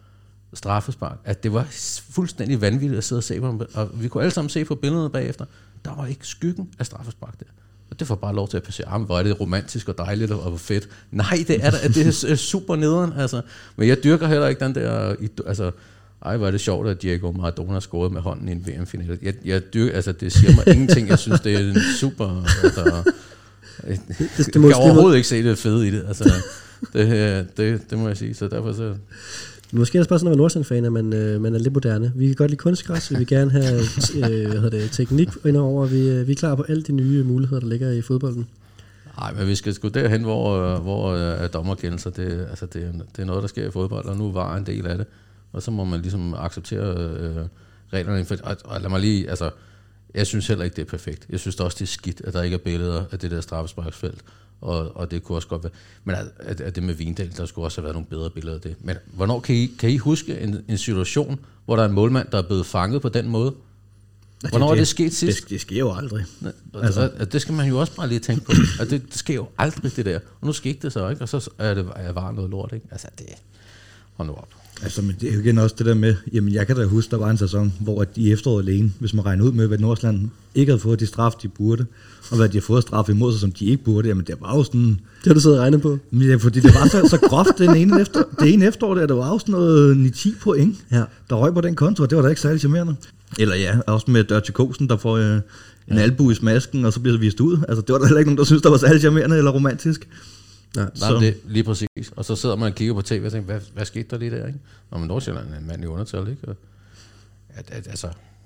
straffespark, at det var fuldstændig vanvittigt at sidde og se på dem, og vi kunne alle sammen se på billederne bagefter, der var ikke skyggen af straffespark der. Og det får bare lov til at passere. Jamen, hvor er det romantisk og dejligt og fedt. Nej, det er, det er super nederen, altså. Men jeg dyrker heller ikke den der, altså, ej, hvor er det sjovt, at Diego Maradona scorede med hånden i en V M-finale. Jeg, jeg dyrker, altså, det siger mig ingenting. Jeg synes, det er en super, altså, jeg, jeg kan overhovedet ikke se det fede i det, altså. Det, det, det må jeg sige, så derfor så... Måske er det bare sådan at være Nordsjælland-fan, at man, øh, man er lidt moderne. Vi kan godt lide kunstgræs, vi vil gerne have øh, hvad hedder det, teknik indover. Vi, øh, vi er klar på alle de nye muligheder, der ligger i fodbolden. Nej, men vi skal sgu derhen, hvor, hvor er dommerkendelser. Det, altså det, det er noget, der sker i fodbold, og nu var en del af det. Og så må man ligesom acceptere øh, reglerne. Og, og lad mig lige, altså, jeg synes heller ikke, det er perfekt. Jeg synes også, det er skidt, at der ikke er billeder af det der straffesparksfelt. Og, og det kunne også godt være. Men at, at det med Vindal, der skulle også have været nogle bedre billeder af det. Men hvornår kan I, kan I huske en, en situation, hvor der er en målmand, der er blevet fanget på den måde? Hvornår det, er det sket sidst? Det, det sker jo aldrig. Altså. Og, og det skal man jo også bare lige tænke på. At det, det sker jo aldrig, det der. Og nu skete det så, ikke? Og så er det er bare noget lort, ikke? Altså, det... Hold nu op. Altså, men det er jo igen også det der med, jamen jeg kan da huske, der var en sæson, hvor de i efteråret alene, hvis man regner ud med, hvad Nordsjælland ikke havde fået de straf, de burde, og hvad de har fået straf imod sig, som de ikke burde, jamen det var jo sådan... Det har du siddet og regnet på. Ja, fordi det var så, så groft den ene efter, det ene efterår der, der var jo sådan noget ni ti point, ja. Der røg på den konto, og det var da ikke særlig charmerende. Eller ja, også med Dørtje Kosen, der får øh, en ja. albu i smasken, og så bliver det vist ud. Altså det var der heller ikke nogen, der synes, der var særlig charmerende eller romantisk. Ja, nej, det lige præcis. Og så sidder man og kigger på tv og tænker, hvad, hvad skete der lige der, ikke? Nå, men Nordsjælland er en mand i undertal, ikke? Og, at, at, altså,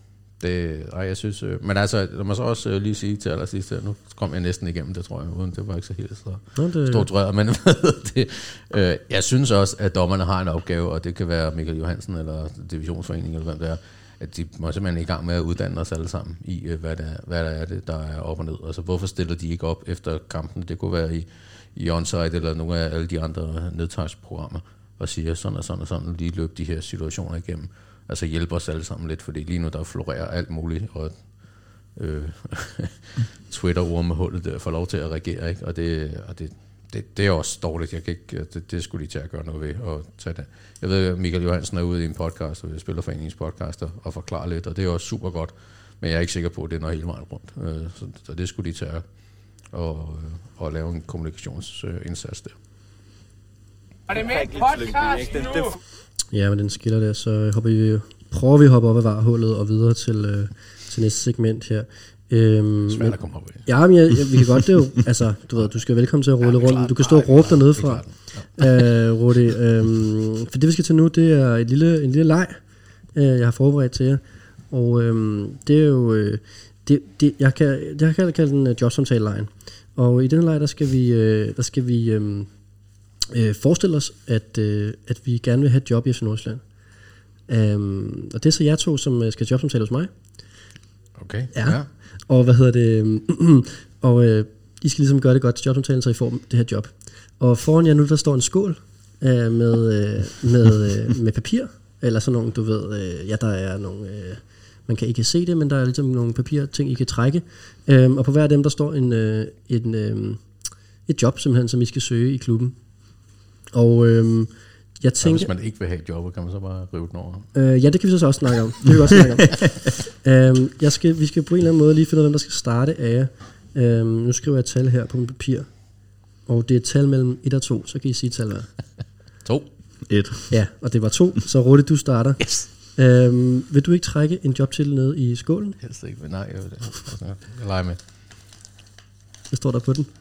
det, ej, jeg synes... Øh, men altså, lad mig så også øh, lige sige til allersidst her, nu kom jeg næsten igennem det, tror jeg, uden det var ikke så helt så Nå, det... struktureret, men det, øh, jeg synes også, at dommerne har en opgave, og det kan være Michael Johansen eller Divisionsforeningen, eller hvem det er, at de må simpelthen i gang med at uddanne os alle sammen i, øh, hvad, der, hvad der er det, der er op og ned. Altså, hvorfor stiller de ikke op efter kampen? Det kunne være i i onsite eller nogle af alle de andre nedtagsprogrammer og siger sådan og sådan og sådan, lige løb de her situationer igennem. Altså hjælper os alle sammen lidt, fordi lige nu der florerer alt muligt, og øh, Twitter-ormehullet der får lov til at reagere, ikke? Og, det, og det, det, det er også dårligt. Jeg kan ikke, det, det skulle de til at gøre noget ved og tage det. Jeg ved, at Michael Johansen er ude i en podcast, og Spillerforeningens podcast, og forklare lidt, og det er også super godt, men jeg er ikke sikker på, at det er noget hele vejen rundt. Så, så det skulle de tage og, og lave en kommunikationsindsats der. Og det er med et podcast nu! Ja, men den skiller der, så hopper vi, prøver vi at hoppe op af varehullet og videre til, øh, til næste segment her. Øhm, Svært at komme op i. Ja, men jeg, jeg, vi kan godt, det er jo, altså, du ved, du skal velkommen til at rulle ja, rundt. Du kan stå og råbe dernede fra, ja. uh, Rudi. Um, for det, vi skal til nu, det er et lille, en lille leg, uh, jeg har forberedt til jer. Og um, det er jo, uh, det, det, jeg kan, jeg kan kalde den uh, jobsamtale-lejen. Og i den leg, der skal vi, uh, der skal vi um, uh, forestille os, at, uh, at vi gerne vil have et job i F C Nordsjælland. Um, og det er så jer to, som skal jobsamtale hos mig. Okay, ja. ja. Og hvad hedder det? og øh, I skal ligesom gøre det godt til jobsamtalen, så I får det her job. Og foran jer nu, der står en skål øh, med, øh, med, øh, med papir. Eller sådan nogle, du ved, øh, ja, der er nogle, øh, man kan ikke se det, men der er ligesom nogle papirting, I kan trække. Øhm, og på hver af dem, der står en, øh, en, øh, et job, simpelthen, som I skal søge i klubben. Og øh, jeg tænker, hvis man ikke vil have et job, kan man så bare rive den over? Øh, ja, det kan vi så også snakke om. Det kan vi også snakke om. øhm, jeg skal, vi skal på en eller anden måde lige finde ud af, hvem der skal starte af jer. Øhm, nu skriver jeg et tal her på mit papir. Og det er et tal mellem et og to, så kan I sige tal hvad? to. et. Ja, og det var to, så Rudi, du starter. Yes. Øhm, vil du ikke trække en jobtitel ned i skålen? Helst ikke, men nej, jeg vil det. Jeg leger med. Hvad står der på den?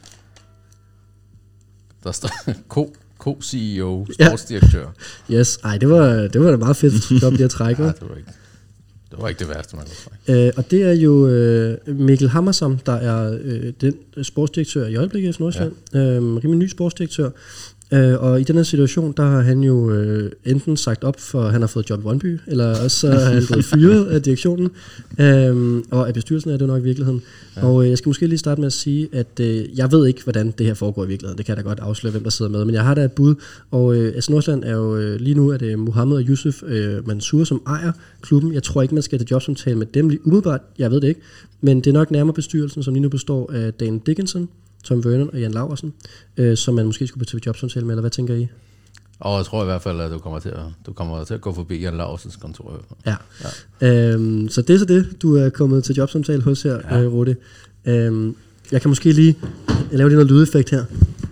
Der står ko. Co-C E O, sportsdirektør. Ja. Yes, ej, det var, det var da meget fedt job, det at trække. Ja, det var ikke det, var ikke det værste, man kunne trække. Øh, og det er jo øh, Mikkel Hammersom, der er øh, den sportsdirektør i øjeblikket i Nordsjælland. Ja. Øh, rimelig ny sportsdirektør. Øh, og i den her situation, der har han jo øh, enten sagt op, for han har fået job i Brøndby, eller også har han blevet fyret af direktionen, øh, og af bestyrelsen er det nok i virkeligheden. Ja. Og øh, jeg skal måske lige starte med at sige, at øh, jeg ved ikke, hvordan det her foregår i virkeligheden. Det kan jeg da godt afsløre, hvem der sidder med, men jeg har da et bud. Og øh, altså Nordsjælland er jo, øh, lige nu er det Mohammed og Yusuf øh, Mansour, som ejer klubben. Jeg tror ikke, man skal til jobsamtale med dem lige umiddelbart, jeg ved det ikke, men det er nok nærmere bestyrelsen, som lige nu består af Dan Dickinson, Tom Vernon og Jan Laursen, øh, som man måske skulle til jobsamtale med, eller hvad tænker I? Og jeg tror i hvert fald, at du kommer til at, du kommer til at gå forbi Jan Lausens kontor. Ja. ja. Øhm, så det er så det, du er kommet til jobsamtale hos her, ja. øh, Rudi. Øhm, jeg kan måske lige lave lidt noget lydeffekt her.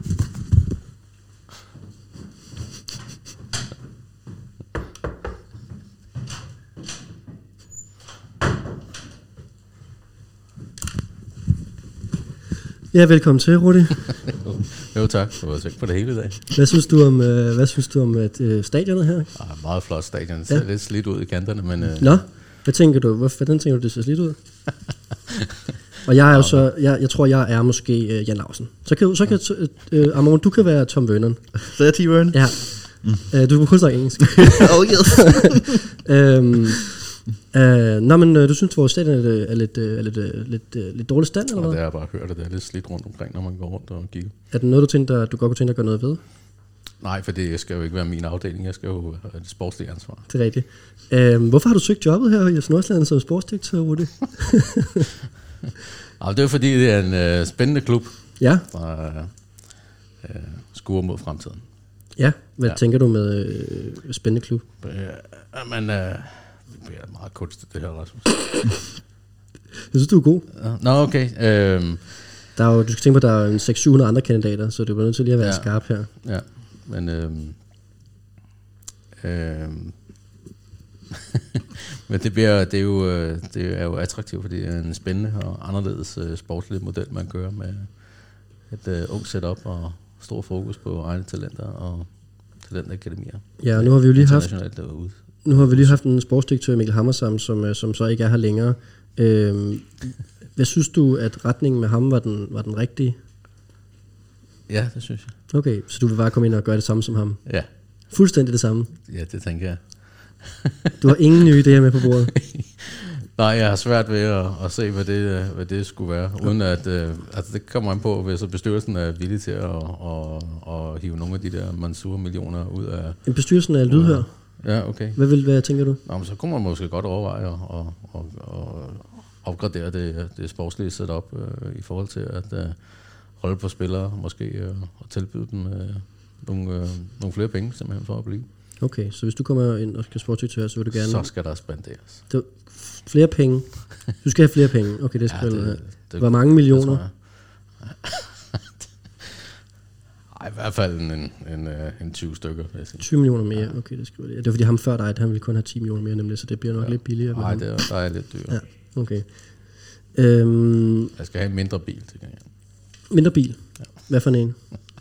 Ja, velkommen til, Rudi. Jo, tak. Du har tænkt på det hele i dag. Hvad synes du om, øh, hvad synes du om at, øh, stadionet her? Ah, meget flot stadion. Det ser ja. lidt slidt ud i kanterne, men... Øh... Nå, hvad tænker du? Hvordan tænker du, det ser slidt ud? Og jeg er jo så, jeg, jeg tror, jeg er måske øh, Jan Lausen. Så kan, så kan øh, Amon, du kan være Tom Vernon. Så er jeg T. Vernon? Ja. Mm. Øh, du må kun snakke engelsk. Oh yes. øhm, øh, nå, men øh, du synes, vores stadion er, er lidt, øh, er lidt, øh, lidt, øh, lidt dårlig stand, eller hvad? Og det har jeg bare hørt, at det er lidt slidt rundt omkring, når man går rundt og kigger. Er det noget, du tænker, du godt kunne tænke dig at gøre noget ved? Nej, for det skal jo ikke være min afdeling. Jeg skal jo have et sportsligt ansvar. Det er rigtigt. Øhm, hvorfor har du søgt jobbet her i Nordsjælland som sportsdirektør, Rudi? Det er fordi, det er en øh, spændende klub, ja. der øh, skuer mod fremtiden. Ja, hvad ja. tænker du med øh, spændende klub? Øh, men øh, det bliver meget kunstigt, det her, Rasmus. Jeg synes, du er god. Nå, okay. Øh, der er jo, du skal tænke på, at der er en seks syv hundrede andre kandidater, så du er nødt til lige at være ja. skarp her. Ja, men... Øh, øh, men det, bliver, det, er jo, det er jo attraktivt, fordi det er en spændende og anderledes uh, sportslig model, man kører med et uh, ung setup og stor fokus på egne talenter og talentakademier. Ja, og nu har vi jo lige haft, derude. nu har vi lige haft en sportsdirektør, Mikkel Hammersam, som, som så ikke er her længere. Øhm, hvad synes du, at retningen med ham var den, var den rigtige? Ja, det synes jeg. Okay, så du vil bare komme ind og gøre det samme som ham? Ja. Fuldstændig det samme? Ja, det tænker jeg. Du har ingen nye idéer med på bordet? Nej, jeg har svært ved at, at se, hvad det, hvad det skulle være. Uden at, øh, altså det kommer an på, hvis bestyrelsen er villig til at, at, at hive nogle af de der Mansour-millioner ud af... En bestyrelsen er lydhør? Ja, okay. Hvad, vil, hvad tænker du? Nå, men så kunne man måske godt overveje at, at, at, at opgradere det, det sportslige setup øh, i forhold til at øh, holde på spillere, måske øh, og tilbyde dem øh, nogle, øh, nogle flere penge, simpelthen for at blive. Okay, så hvis du kommer ind og skal sportsdirektør, så vil du gerne... Så skal der spenderes. Det, flere penge. Du skal have flere penge. Okay, det skal ja, det, det, Hvor mange millioner? Nej, i hvert fald en, en, en, en tyve stykker. tyve millioner mere, okay, det skal det. Det er fordi ham før dig, han ville kun have ti millioner mere, nemlig, så det bliver nok ja. lidt billigere. Nej, det er, der er lidt dyrere. Ja, okay. Øhm, Jeg skal have en mindre bil til gengæld. Mindre bil? Ja. Hvad for en?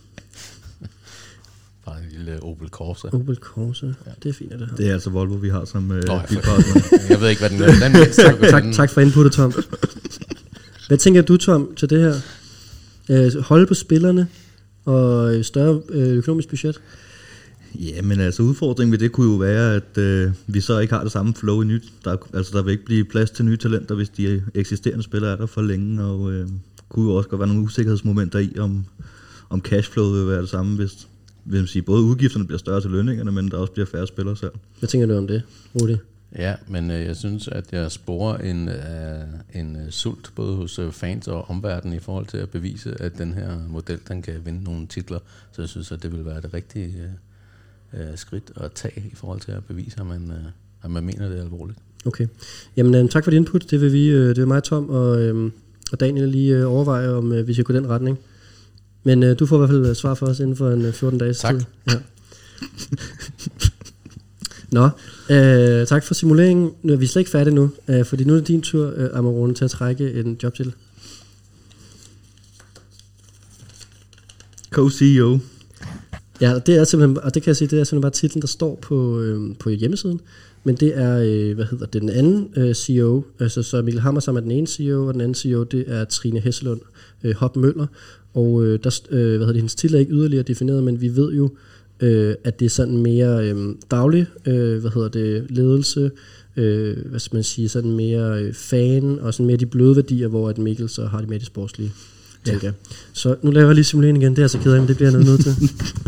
Bare en lille Opel Corsa. Opel Corsa, ja. Det er fint, at det her. Det er altså Volvo, vi har som øh, Nå, bilpartner. Jeg ved ikke, hvad den er. Den tak, tak, tak for inputtet, Tom. Hvad tænker du, Tom, til det her? Øh, holde på spillerne og større øh, økonomisk budget? Ja, men altså udfordringen ved det kunne jo være, at øh, vi så ikke har det samme flow i nyt. Der, altså der vil ikke blive plads til nye talenter, hvis de eksisterende spillere er der for længe, og øh, kunne jo også godt være nogle usikkerhedsmomenter i, om, om cashflow vil være det samme, hvis vil man sige, både udgifterne bliver større til lønningerne, men der også bliver færre spillere selv. Hvad tænker du om det, Rudi? Ja, men øh, jeg synes, at jeg sporer en, øh, en øh, sult, både hos øh, fans og omverdenen, i forhold til at bevise, at den her model, den kan vinde nogle titler. Så jeg synes, at det vil være det rigtige øh, øh, skridt at tage, i forhold til at bevise, at man, øh, at man mener det er alvorligt. Okay. Jamen, øh, tak for din input. Det vil vi, øh, det vil mig, Tom og, øh, og Daniel lige øh, overveje, om øh, vi skal gå den retning. Men øh, du får i hvert fald svar for os inden for en øh, fjorten dages tak. tid. Ja. Nå, øh, tak for simuleringen. Nu er vi slet ikke færdige nu, øh, fordi nu er det din tur, øh, Amarone, til at trække en job til. Co-C E O. Ja, det er simpelthen, og det kan jeg sige, det er simpelthen bare titlen, der står på, øh, på hjemmesiden. Men det er, øh, hvad hedder det, den anden øh, C E O. Altså, så Mikkel Hammersam er den ene C E O, og den anden C E O, det er Trine Hesselund øh, Hopp Møller. Og øh, der, øh, hvad hedder det, hendes titel er ikke yderligere defineret, men vi ved jo, øh, at det er sådan mere øh, daglig, øh, hvad hedder det, ledelse, øh, hvad skal man sige, sådan mere øh, fan, og sådan mere de bløde værdier, hvor at Mikkel så har de mere de sportslige, tænker jeg. Så nu laver jeg lige simuleringen igen, det er så ked af, men det bliver jeg nødt til.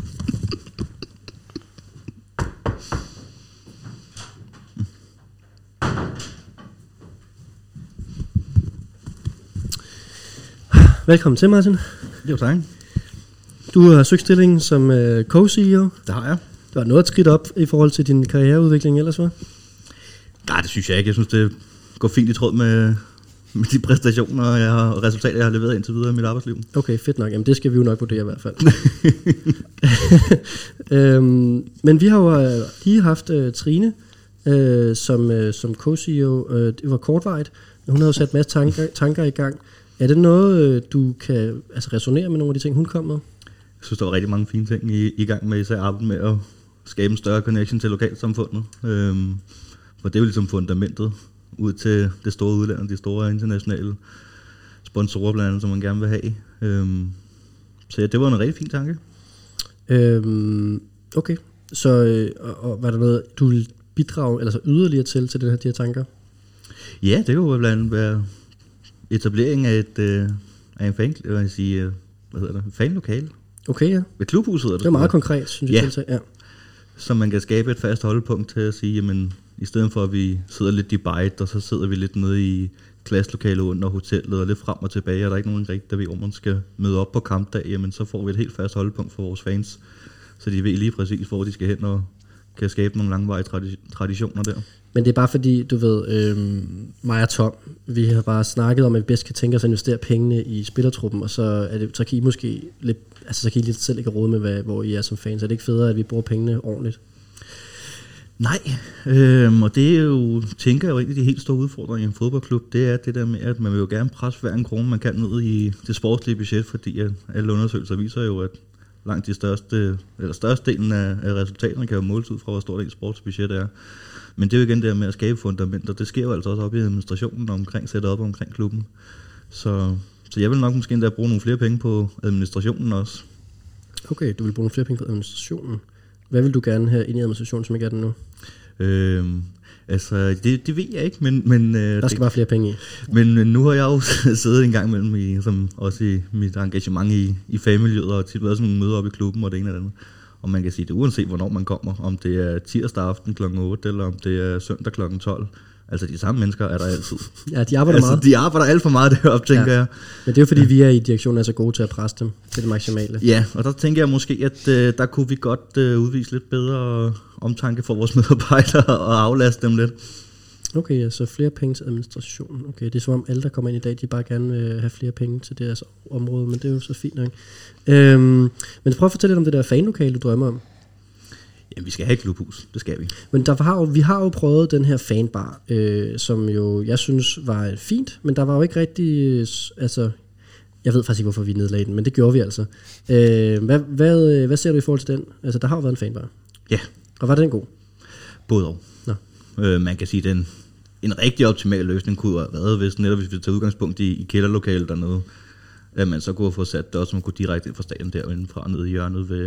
Velkommen til, Martin. Jo, tak. Du har søgt stillingen som uh, co-C E O. Det har jeg. var noget skridt op i forhold til din karriereudvikling ellers, var? Nej, det synes jeg ikke. Jeg synes, det går fint i tråd med, med de præstationer jeg har, og resultater, jeg har leveret indtil videre i mit arbejdsliv. Okay, fedt nok. Jamen, det skal vi jo nok vurdere i hvert fald. øhm, men vi har jo lige haft uh, Trine uh, som, uh, som co-C E O. Uh, det var kortvarigt. Hun har jo sat en masse tanker, tanker i gang. Er det noget, uh, du kan altså, resonere med nogle af de ting, hun kom med? Jeg synes, der var rigtig mange fine ting i, i gang med, især arbejdet med at skabe en større connection til lokalsamfundet. Øhm, for det er jo ligesom fundamentet ud til det store udland, de store internationale sponsorer blandt andet, som man gerne vil have. Øhm, så ja, det var en rigtig fin tanke. Øhm, okay, så øh, og, og var der noget, du vil bidrage eller så yderligere til, til den her, de her tanker? Ja, det kunne blandt andet være etablering af et øh, af en fan, hvad, jeg sige, hvad hedder det, fanlokale. Okay, ja. Ved klubhuset hedder det. Det er meget konkret, synes jeg. Ja. Tiltag. Ja. Så man kan skabe et fast holdepunkt til at sige, jamen i stedet for at vi sidder lidt i bite, og så sidder vi lidt nede i klasselokalet under hotellet og lidt frem og tilbage, og der er ikke nogen rigtig, der ved, hvor man skal møde op på kampdag, jamen så får vi et helt fast holdepunkt for vores fans, så de ved lige præcis, hvor de skal hen og kan skabe nogle langvarige tradi- traditioner der. Men det er bare fordi, du ved, øh, mig og Tom, vi har bare snakket om, at vi bedst kan tænke os at investere pengene i spillertruppen, og så, er det, så kan I måske lidt, altså så kan I lidt selv ikke råde med, hvad, hvor I er som fans. Er det ikke federe, at vi bruger pengene ordentligt? Nej, øhm, og det er jo, tænker jeg jo, en af de helt store udfordringer i en fodboldklub, det er det der med, at man vil jo gerne presse hver en krone, man kan ned i det sportslige budget, fordi at alle undersøgelser viser jo, at langt de største, eller størstedelen af, af resultaterne kan jo måles ud fra, hvor stort et sportsbudget er. Men det er jo igen det der med at skabe fundamenter. Det sker jo altså også op i administrationen omkring, sætte op omkring klubben. Så, så jeg vil nok måske endda bruge nogle flere penge på administrationen også. Okay, du vil bruge nogle flere penge på administrationen. Hvad vil du gerne have ind i administrationen, som ikke er den nu? Øhm, altså, det, det ved jeg ikke, men... men der skal det, bare flere penge i. Men nu har jeg jo siddet en gang imellem, i, som også i mit engagement i, i fagmiljøet, og tit været sådan nogle møder op i klubben og det ene eller andet. Og man kan sige, det uanset hvornår man kommer, om det er tirsdag aften klokken otte, eller om det er søndag klokken tolv. Altså de samme mennesker er der altid. Ja, de arbejder altså, meget. de arbejder alt for meget deroppe, tænker ja. jeg. Men det er jo fordi, vi er i direktionen er så gode til at presse dem til det maksimale. Ja, og der tænker jeg måske, at øh, der kunne vi godt øh, udvise lidt bedre omtanke for vores medarbejdere og aflaste dem lidt. Okay, ja, så flere penge til administrationen. Okay, det er som om alle, der kommer ind i dag, de bare gerne vil have flere penge til deres område, men det er jo så fint nok. Øhm, men prøv at fortælle lidt om det der fanlokale, du drømmer om. Jamen, vi skal have et klubhus, det skal vi. Men der har jo, vi har jo prøvet den her fanbar, øh, som jo, jeg synes, var fint, men der var jo ikke rigtig, altså, jeg ved faktisk ikke, hvorfor vi nedlagde den, men det gjorde vi altså. Øh, hvad, hvad, hvad ser du i forhold til den? Altså, der har jo været en fanbar. Ja. Og var den god? Både og. Nå. Øh, man kan sige, at den, en rigtig optimal løsning kunne have været, hvis netop hvis vi tager udgangspunkt i, i kælderlokalet dernede, at man så kunne få sat det også, man kunne direkte ind fra stadion derindefra, nede i hjørnet ved,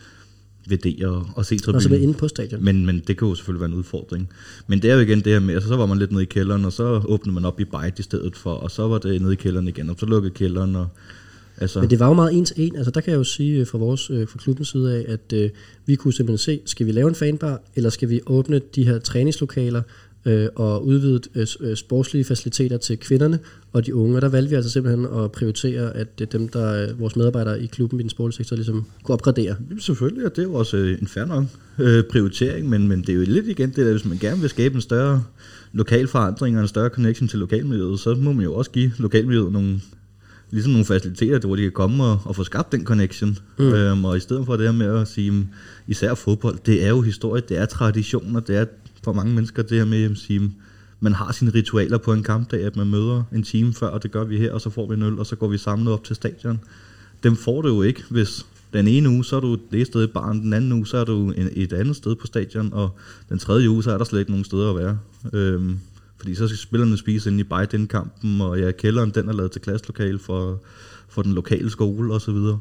ved D og, og C-tribunen. Og så inde på stadion. Men, men det kan jo selvfølgelig være en udfordring. Men det er jo igen det her med, altså så var man lidt nede i kælderen, og så åbnede man op i Byte i stedet for, og så var det nede i kælderen igen, og så lukkede kælderen. Og, altså. Men det var jo meget en til en. Altså der kan jeg jo sige fra vores fra klubbens side af, at øh, vi kunne simpelthen se, skal vi lave en fanbar, eller skal vi åbne de her træningslokaler øh, og udvide øh, sportslige faciliteter til kvinderne og de unge. Og der valgte vi altså simpelthen at prioritere, at det dem, der vores medarbejdere i klubben i den sportslige sektor, ligesom kunne opgradere. Selvfølgelig, og det er jo også en fair nok øh, prioritering, men, men det er jo lidt igen det der, hvis man gerne vil skabe en større lokal forandring og en større connection til lokalmiljøet, så må man jo også give lokalmiljøet nogle ligesom nogle faciliteter, hvor de kan komme og, og få skabt den connection. Mm. Øhm, og i stedet for det her med at sige, især fodbold, det er jo historie, det er traditioner, det er for mange mennesker det her med at sige, man har sine ritualer på en kampdag, at man møder en time før, og det gør vi her, og så får vi en øl, og så går vi samlet op til stadion. Dem får du jo ikke, hvis den ene uge, så er du det sted i baren, den anden uge, så er du en, et andet sted på stadion, og den tredje uge, så er der slet ikke nogen steder at være. Øhm, Fordi så skal spillerne spise inde i Byte-kampen, og ja, kælderen den er lavet til klasselokale for, for den lokale skole og så videre.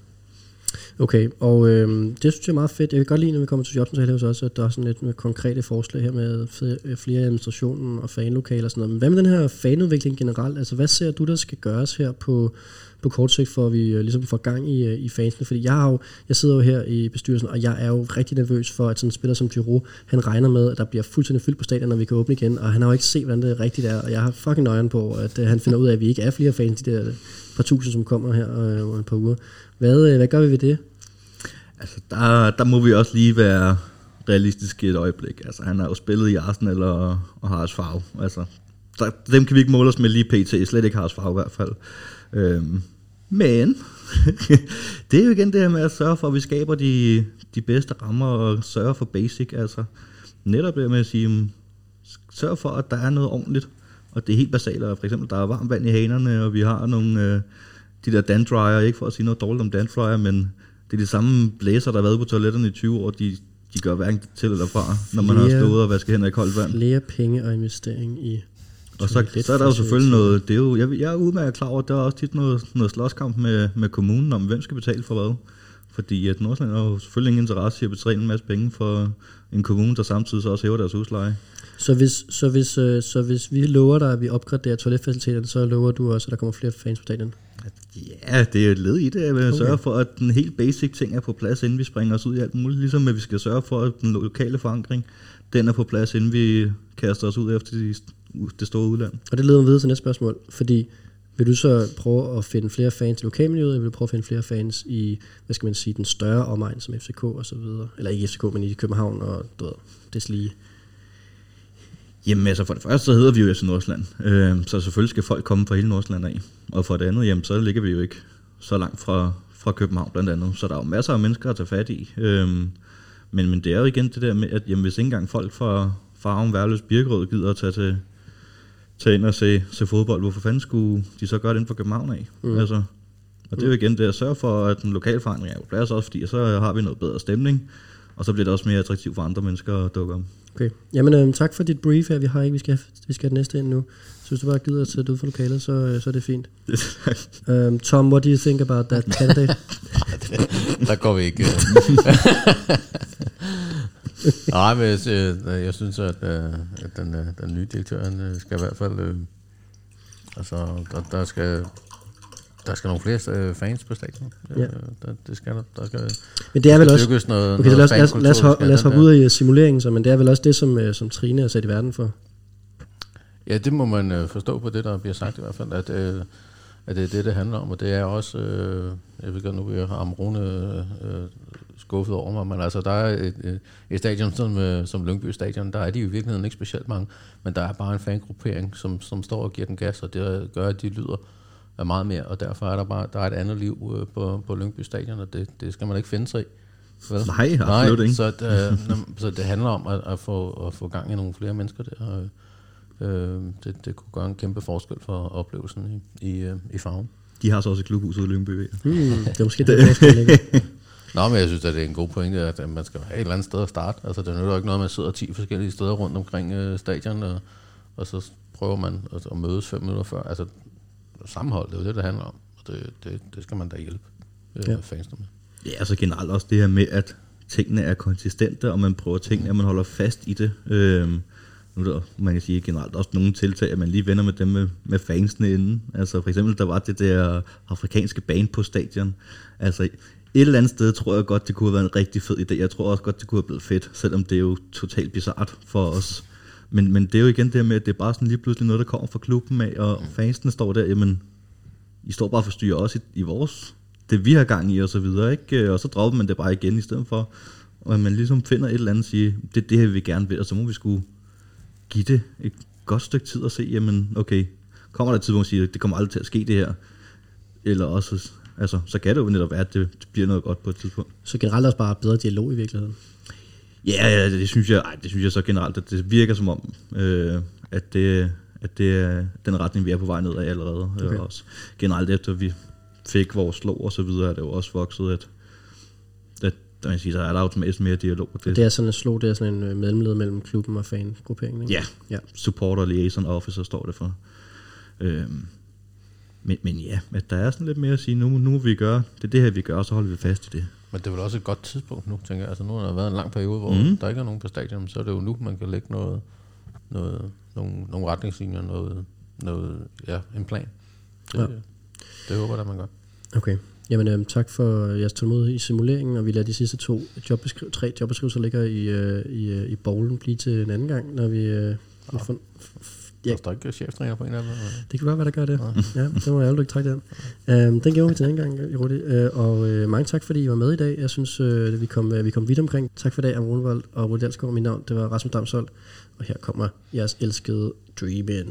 Okay, og øh, det synes jeg er meget fedt. Jeg vil godt lide, når vi kommer til jobsamtale hos os, at der er sådan lidt med konkrete forslag her med flere administrationen og fanlokaler og sådan noget. Men hvad med den her fanudvikling generelt? Altså, hvad ser du, der skal gøres her på, på kort sigt, for at vi uh, ligesom får gang i, uh, i fansene? Fordi jeg, har jo, jeg sidder jo her i bestyrelsen, og jeg er jo rigtig nervøs for, at sådan en spiller som Giroud, han regner med, at der bliver fuldstændig fyldt på stadion, når vi kan åbne igen, og han har jo ikke set, hvordan det rigtigt er, og jeg har fucking nøjeren på, at uh, han finder ud af, at vi ikke er flere fans, de der par tusind, som kommer her uh, over et par uger. Hvad, uh, hvad gør vi ved det? Altså, der, der må vi også lige være realistiske et øjeblik. Altså, han har jo spillet i Arsenal og, og har farve. Altså, der, dem kan vi ikke måle os med lige pt. Slet ikke har farve i hvert fald. Øhm, men det er jo igen det her med at sørge for, at vi skaber de, de bedste rammer og sørge for basic. Altså, netop det med at sige, sørg for, at der er noget ordentligt. Og det er helt basalt. For eksempel, der er varmt vand i hanerne, og vi har nogle øh, de der dandryer, ikke for at sige noget dårligt om dandryer, men det er de samme blæser, der har været på toiletterne i tyve år, de, de gør hverken til eller fra, når man har stået og vasket hænder i koldt vand. Flere penge og investering i og så, så er der jo selvfølgelig noget, det er jo, jeg, jeg er udmærket klar over, at der er også tit noget, noget slåskamp med, med kommunen om, hvem skal betale for hvad. Fordi at Nordsjælland har jo selvfølgelig ingen interesse i at betale en masse penge for en kommune, der samtidig så også hæver deres husleje. Så hvis, så, hvis, øh, så hvis vi lover dig, at vi opgraderer toiletfaciliteterne, så lover du også, at der kommer flere fans på stadion? Ja, det er et led i det. Jeg vil okay. sørge for, at den helt basic ting er på plads, inden vi springer os ud i alt muligt. Ligesom at vi skal sørge for, at den lokale forankring, den er på plads, inden vi kaster os ud efter de, det store udland. Og det leder mig videre til næste spørgsmål, fordi vil du så prøve at finde flere fans i lokalmiljøet, eller vil du prøve at finde flere fans i, hvad skal man sige, den større omegn som F C K og så videre? Eller ikke F C K, men i København og du ved, deslige? Jamen altså for det første, så hedder vi jo F C Nordsjælland, øh, så selvfølgelig skal folk komme fra hele Nordsjælland af. Og for det andet, jamen så ligger vi jo ikke så langt fra, fra København blandt andet, så der er jo masser af mennesker at tage fat i. Øh, men, men det er jo igen det der med, at jamen, hvis ikke engang folk fra Farum, Værløs, Birkerød gider at tage, til, tage ind og se, se fodbold, hvorfor fanden skulle de så gøre det inden for København af? Mm. Altså, og det er jo igen det at sørge for, at den lokale forandring er på plads også, fordi så har vi noget bedre stemning, og så bliver det også mere attraktivt for andre mennesker at dukke om. Okay. Jamen, øh, tak for dit brief her. Vi har ikke, vi skal, vi skal have det næste ind nu. Så hvis du bare gider at sætte ud for lokalet, så, øh, så er det fint. um, Tom, what do you think about that candidate? Der går vi ikke. Nej, men jeg, jeg, jeg synes, at, at den, den nye direktør, han skal i hvert fald... Øh, altså, der, der skal... Der skal nogle flere fans på stadion. Ja. Der, det skal der. Der skal, men det er vel også... Noget, okay, noget lad os, lad os, hoppe, lad os hoppe ud i simuleringen, så, men det er vel også det, som, som Trine er sat i verden for? Ja, det må man forstå på det, der bliver sagt i hvert fald, at, at det er det, det handler om, og det er også... Øh, jeg ved godt, nu vil jeg have Amrone øh, skuffet over mig, men altså, der er et, et, et stadion som, som Lyngby Stadion, der er de i virkeligheden ikke specielt mange, men der er bare en fangruppering, som, som står og giver den gas, og det gør, at de lyder er meget mere, og derfor er der bare der er et andet liv øh, på, på Lyngby Stadion, og det, det skal man ikke finde sig i. Vel? Nej, absolut ikke. Så, øh, så det handler om at, at, få, at få gang i nogle flere mennesker der, og øh, det, det kunne gøre en kæmpe forskel for oplevelsen i, i, i Farum. De har så også et klubhus ude i Lyngby. Hmm, det er måske det, forskel. Nå, men jeg synes, at det er en god pointe, at man skal have et eller andet sted at starte. Altså, det er jo ikke noget, man sidder ti forskellige steder rundt omkring øh, stadion, og, og så prøver man at, at mødes fem minutter før. Altså, sammenhold, det er jo det, det handler om, og det, det, det skal man da hjælpe øh, ja. fansene med. Ja, altså generelt også det her med, at tingene er konsistente, og man prøver tingene, at man holder fast i det. Øhm, nu der, man kan sige generelt også nogle tiltag, at man lige vender med dem med, med fansene inden. Altså for eksempel, der var det der afrikanske band på stadion. Altså et eller andet sted tror jeg godt, det kunne have været en rigtig fed idé. Jeg tror også godt, det kunne have blevet fedt, selvom det er jo totalt bizarrt for os. Men, men det er jo igen det med, at det er bare sådan lige pludselig noget, der kommer fra klubben af, og fansene står der, jamen, I står bare og forstyrrer os i, i vores, det vi har gang i og så videre, ikke? Og så dropper man det bare igen i stedet for, og man ligesom finder et eller andet og siger, det er det her, vi gerne vil, og så må vi skulle give det et godt stykke tid og se, jamen, okay, kommer der et tidspunkt og siger, det kommer aldrig til at ske det her, eller også, altså, så kan det jo netop være, at det, det bliver noget godt på et tidspunkt. Så generelt også bare bedre dialog i virkeligheden? Ja, ja, det synes jeg, ej, det synes jeg så generelt, at det virker som om, øh, at, det, at det er den retning, vi er på vej ned af allerede. Okay. Og også generelt efter vi fik vores slå og så videre, er det jo også vokset, at, at der, man siger, der er der automatisk mere dialog. Det, det er sådan en slå, det er sådan en mellemled mellem klubben og fangrupperingen, ikke? Ja, ja. Supporter, liaison officer står det for. Øhm, men, men ja, at der er sådan lidt mere at sige, nu, nu må vi gøre, det er det her, vi gør, og så holder vi fast i det. Men det er vel også et godt tidspunkt nu, tænker jeg. Altså nu har der været en lang periode, hvor mm. der ikke er nogen på stadion, så er det jo nu, man kan lægge noget, noget, nogle, nogle retningslinjer, noget, noget, ja, en plan. Det, ja. det håber jeg, at man gør. Okay. Jamen, øhm, tak for jeres tålmodighed i simuleringen, og vi lader de sidste to jobbeskriv- tre jobbeskrivelser ligger i, øh, i, øh, i bowlen blive til en anden gang, når vi, øh, Ja. For, Ja. Der står ikke cheftræner på en af dem? Det kan godt være, der gør det. Ja, ja det må jeg aldrig ikke trække den. Um, den gjorde vi til den gang, Rudi. Uh, og uh, mange tak, fordi I var med i dag. Jeg synes, uh, vi, kom, uh, vi kom vidt omkring. Tak for i dag, Am Ronevold og Rudi Dalsgaard. Mit navn, det var Rasmus Damsholt. Og her kommer jeres elskede Dream In.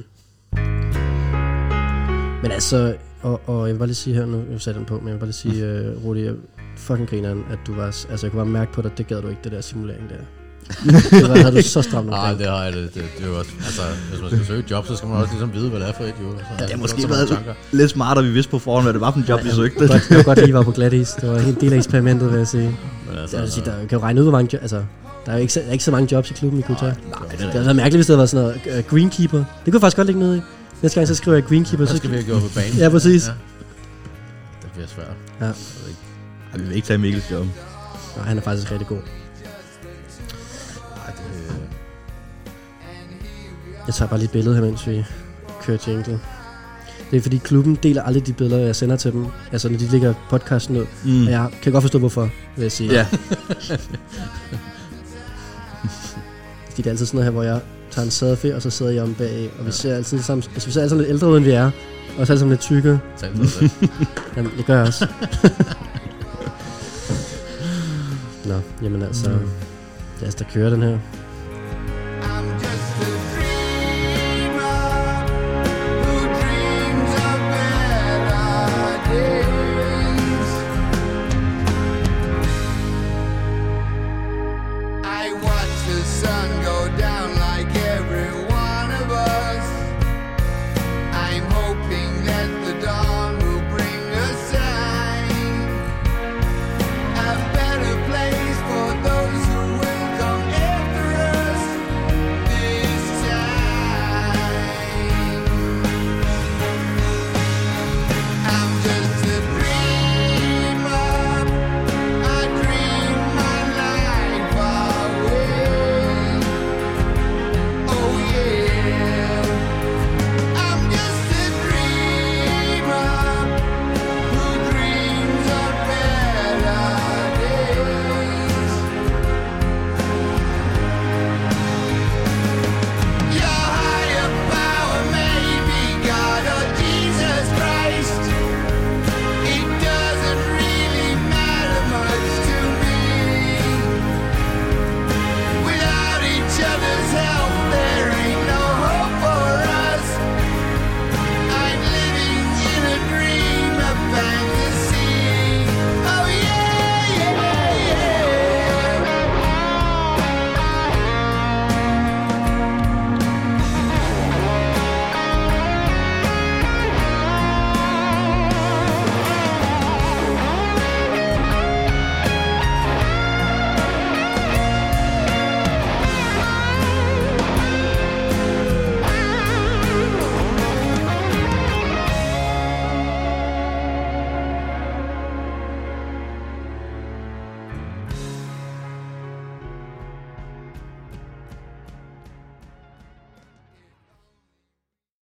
Men altså, og, og jeg vil bare lige sige her, nu jeg satte den på, men jeg vil bare lige sige, uh, Rudi, jeg fucking griner, at du var, altså jeg kunne bare mærke på dig, det gad du ikke, det der simulering der. Det var, havde du så stramt omkring. Nej, det har jeg det, det, det er jo også, altså, hvis man skal søge et job, så skal man også ligesom vide, hvad det er for et jo. Ja, det har måske været lidt smartere, vi vidste på forhånd, hvad det var for en job, vi søgte. Det var godt, at I var på glat is. Det var en del af eksperimentet, vil jeg sige. Men altså, jeg sige der kan jo regne ud, hvor mange jobs, altså, der er jo ikke så, ikke så mange jobs i klubben, I kunne tage. Nej, det, det havde været mærkeligt, hvis det havde været sådan noget uh, greenkeeper. Det kunne faktisk godt ligge noget i. Næste gang, så skriver jeg greenkeeper. Så skal vi have gjort på banen. Ja, præcis. Ja. Det bliver svært. Ja. Ej, vi vil ikke tage Mikkels job. Nej, han er faktisk rigtig god. Jeg tager bare lige et billede her, mens vi kører jingle. Det er fordi klubben deler aldrig de billeder, jeg sender til dem. Altså når de lægger podcasten ud. Mm. Og jeg kan godt forstå hvorfor, vil jeg sige. Ja. Fordi det er altid sådan noget her, hvor jeg tager en sædefe, og så sidder jeg om bag. Og vi ser altid sammen, altså vi ser altid lidt ældre ud, end vi er. Og så er det lidt tykke. Jamen, det gør jeg også. Nå, jamen altså, lad os da køre den her.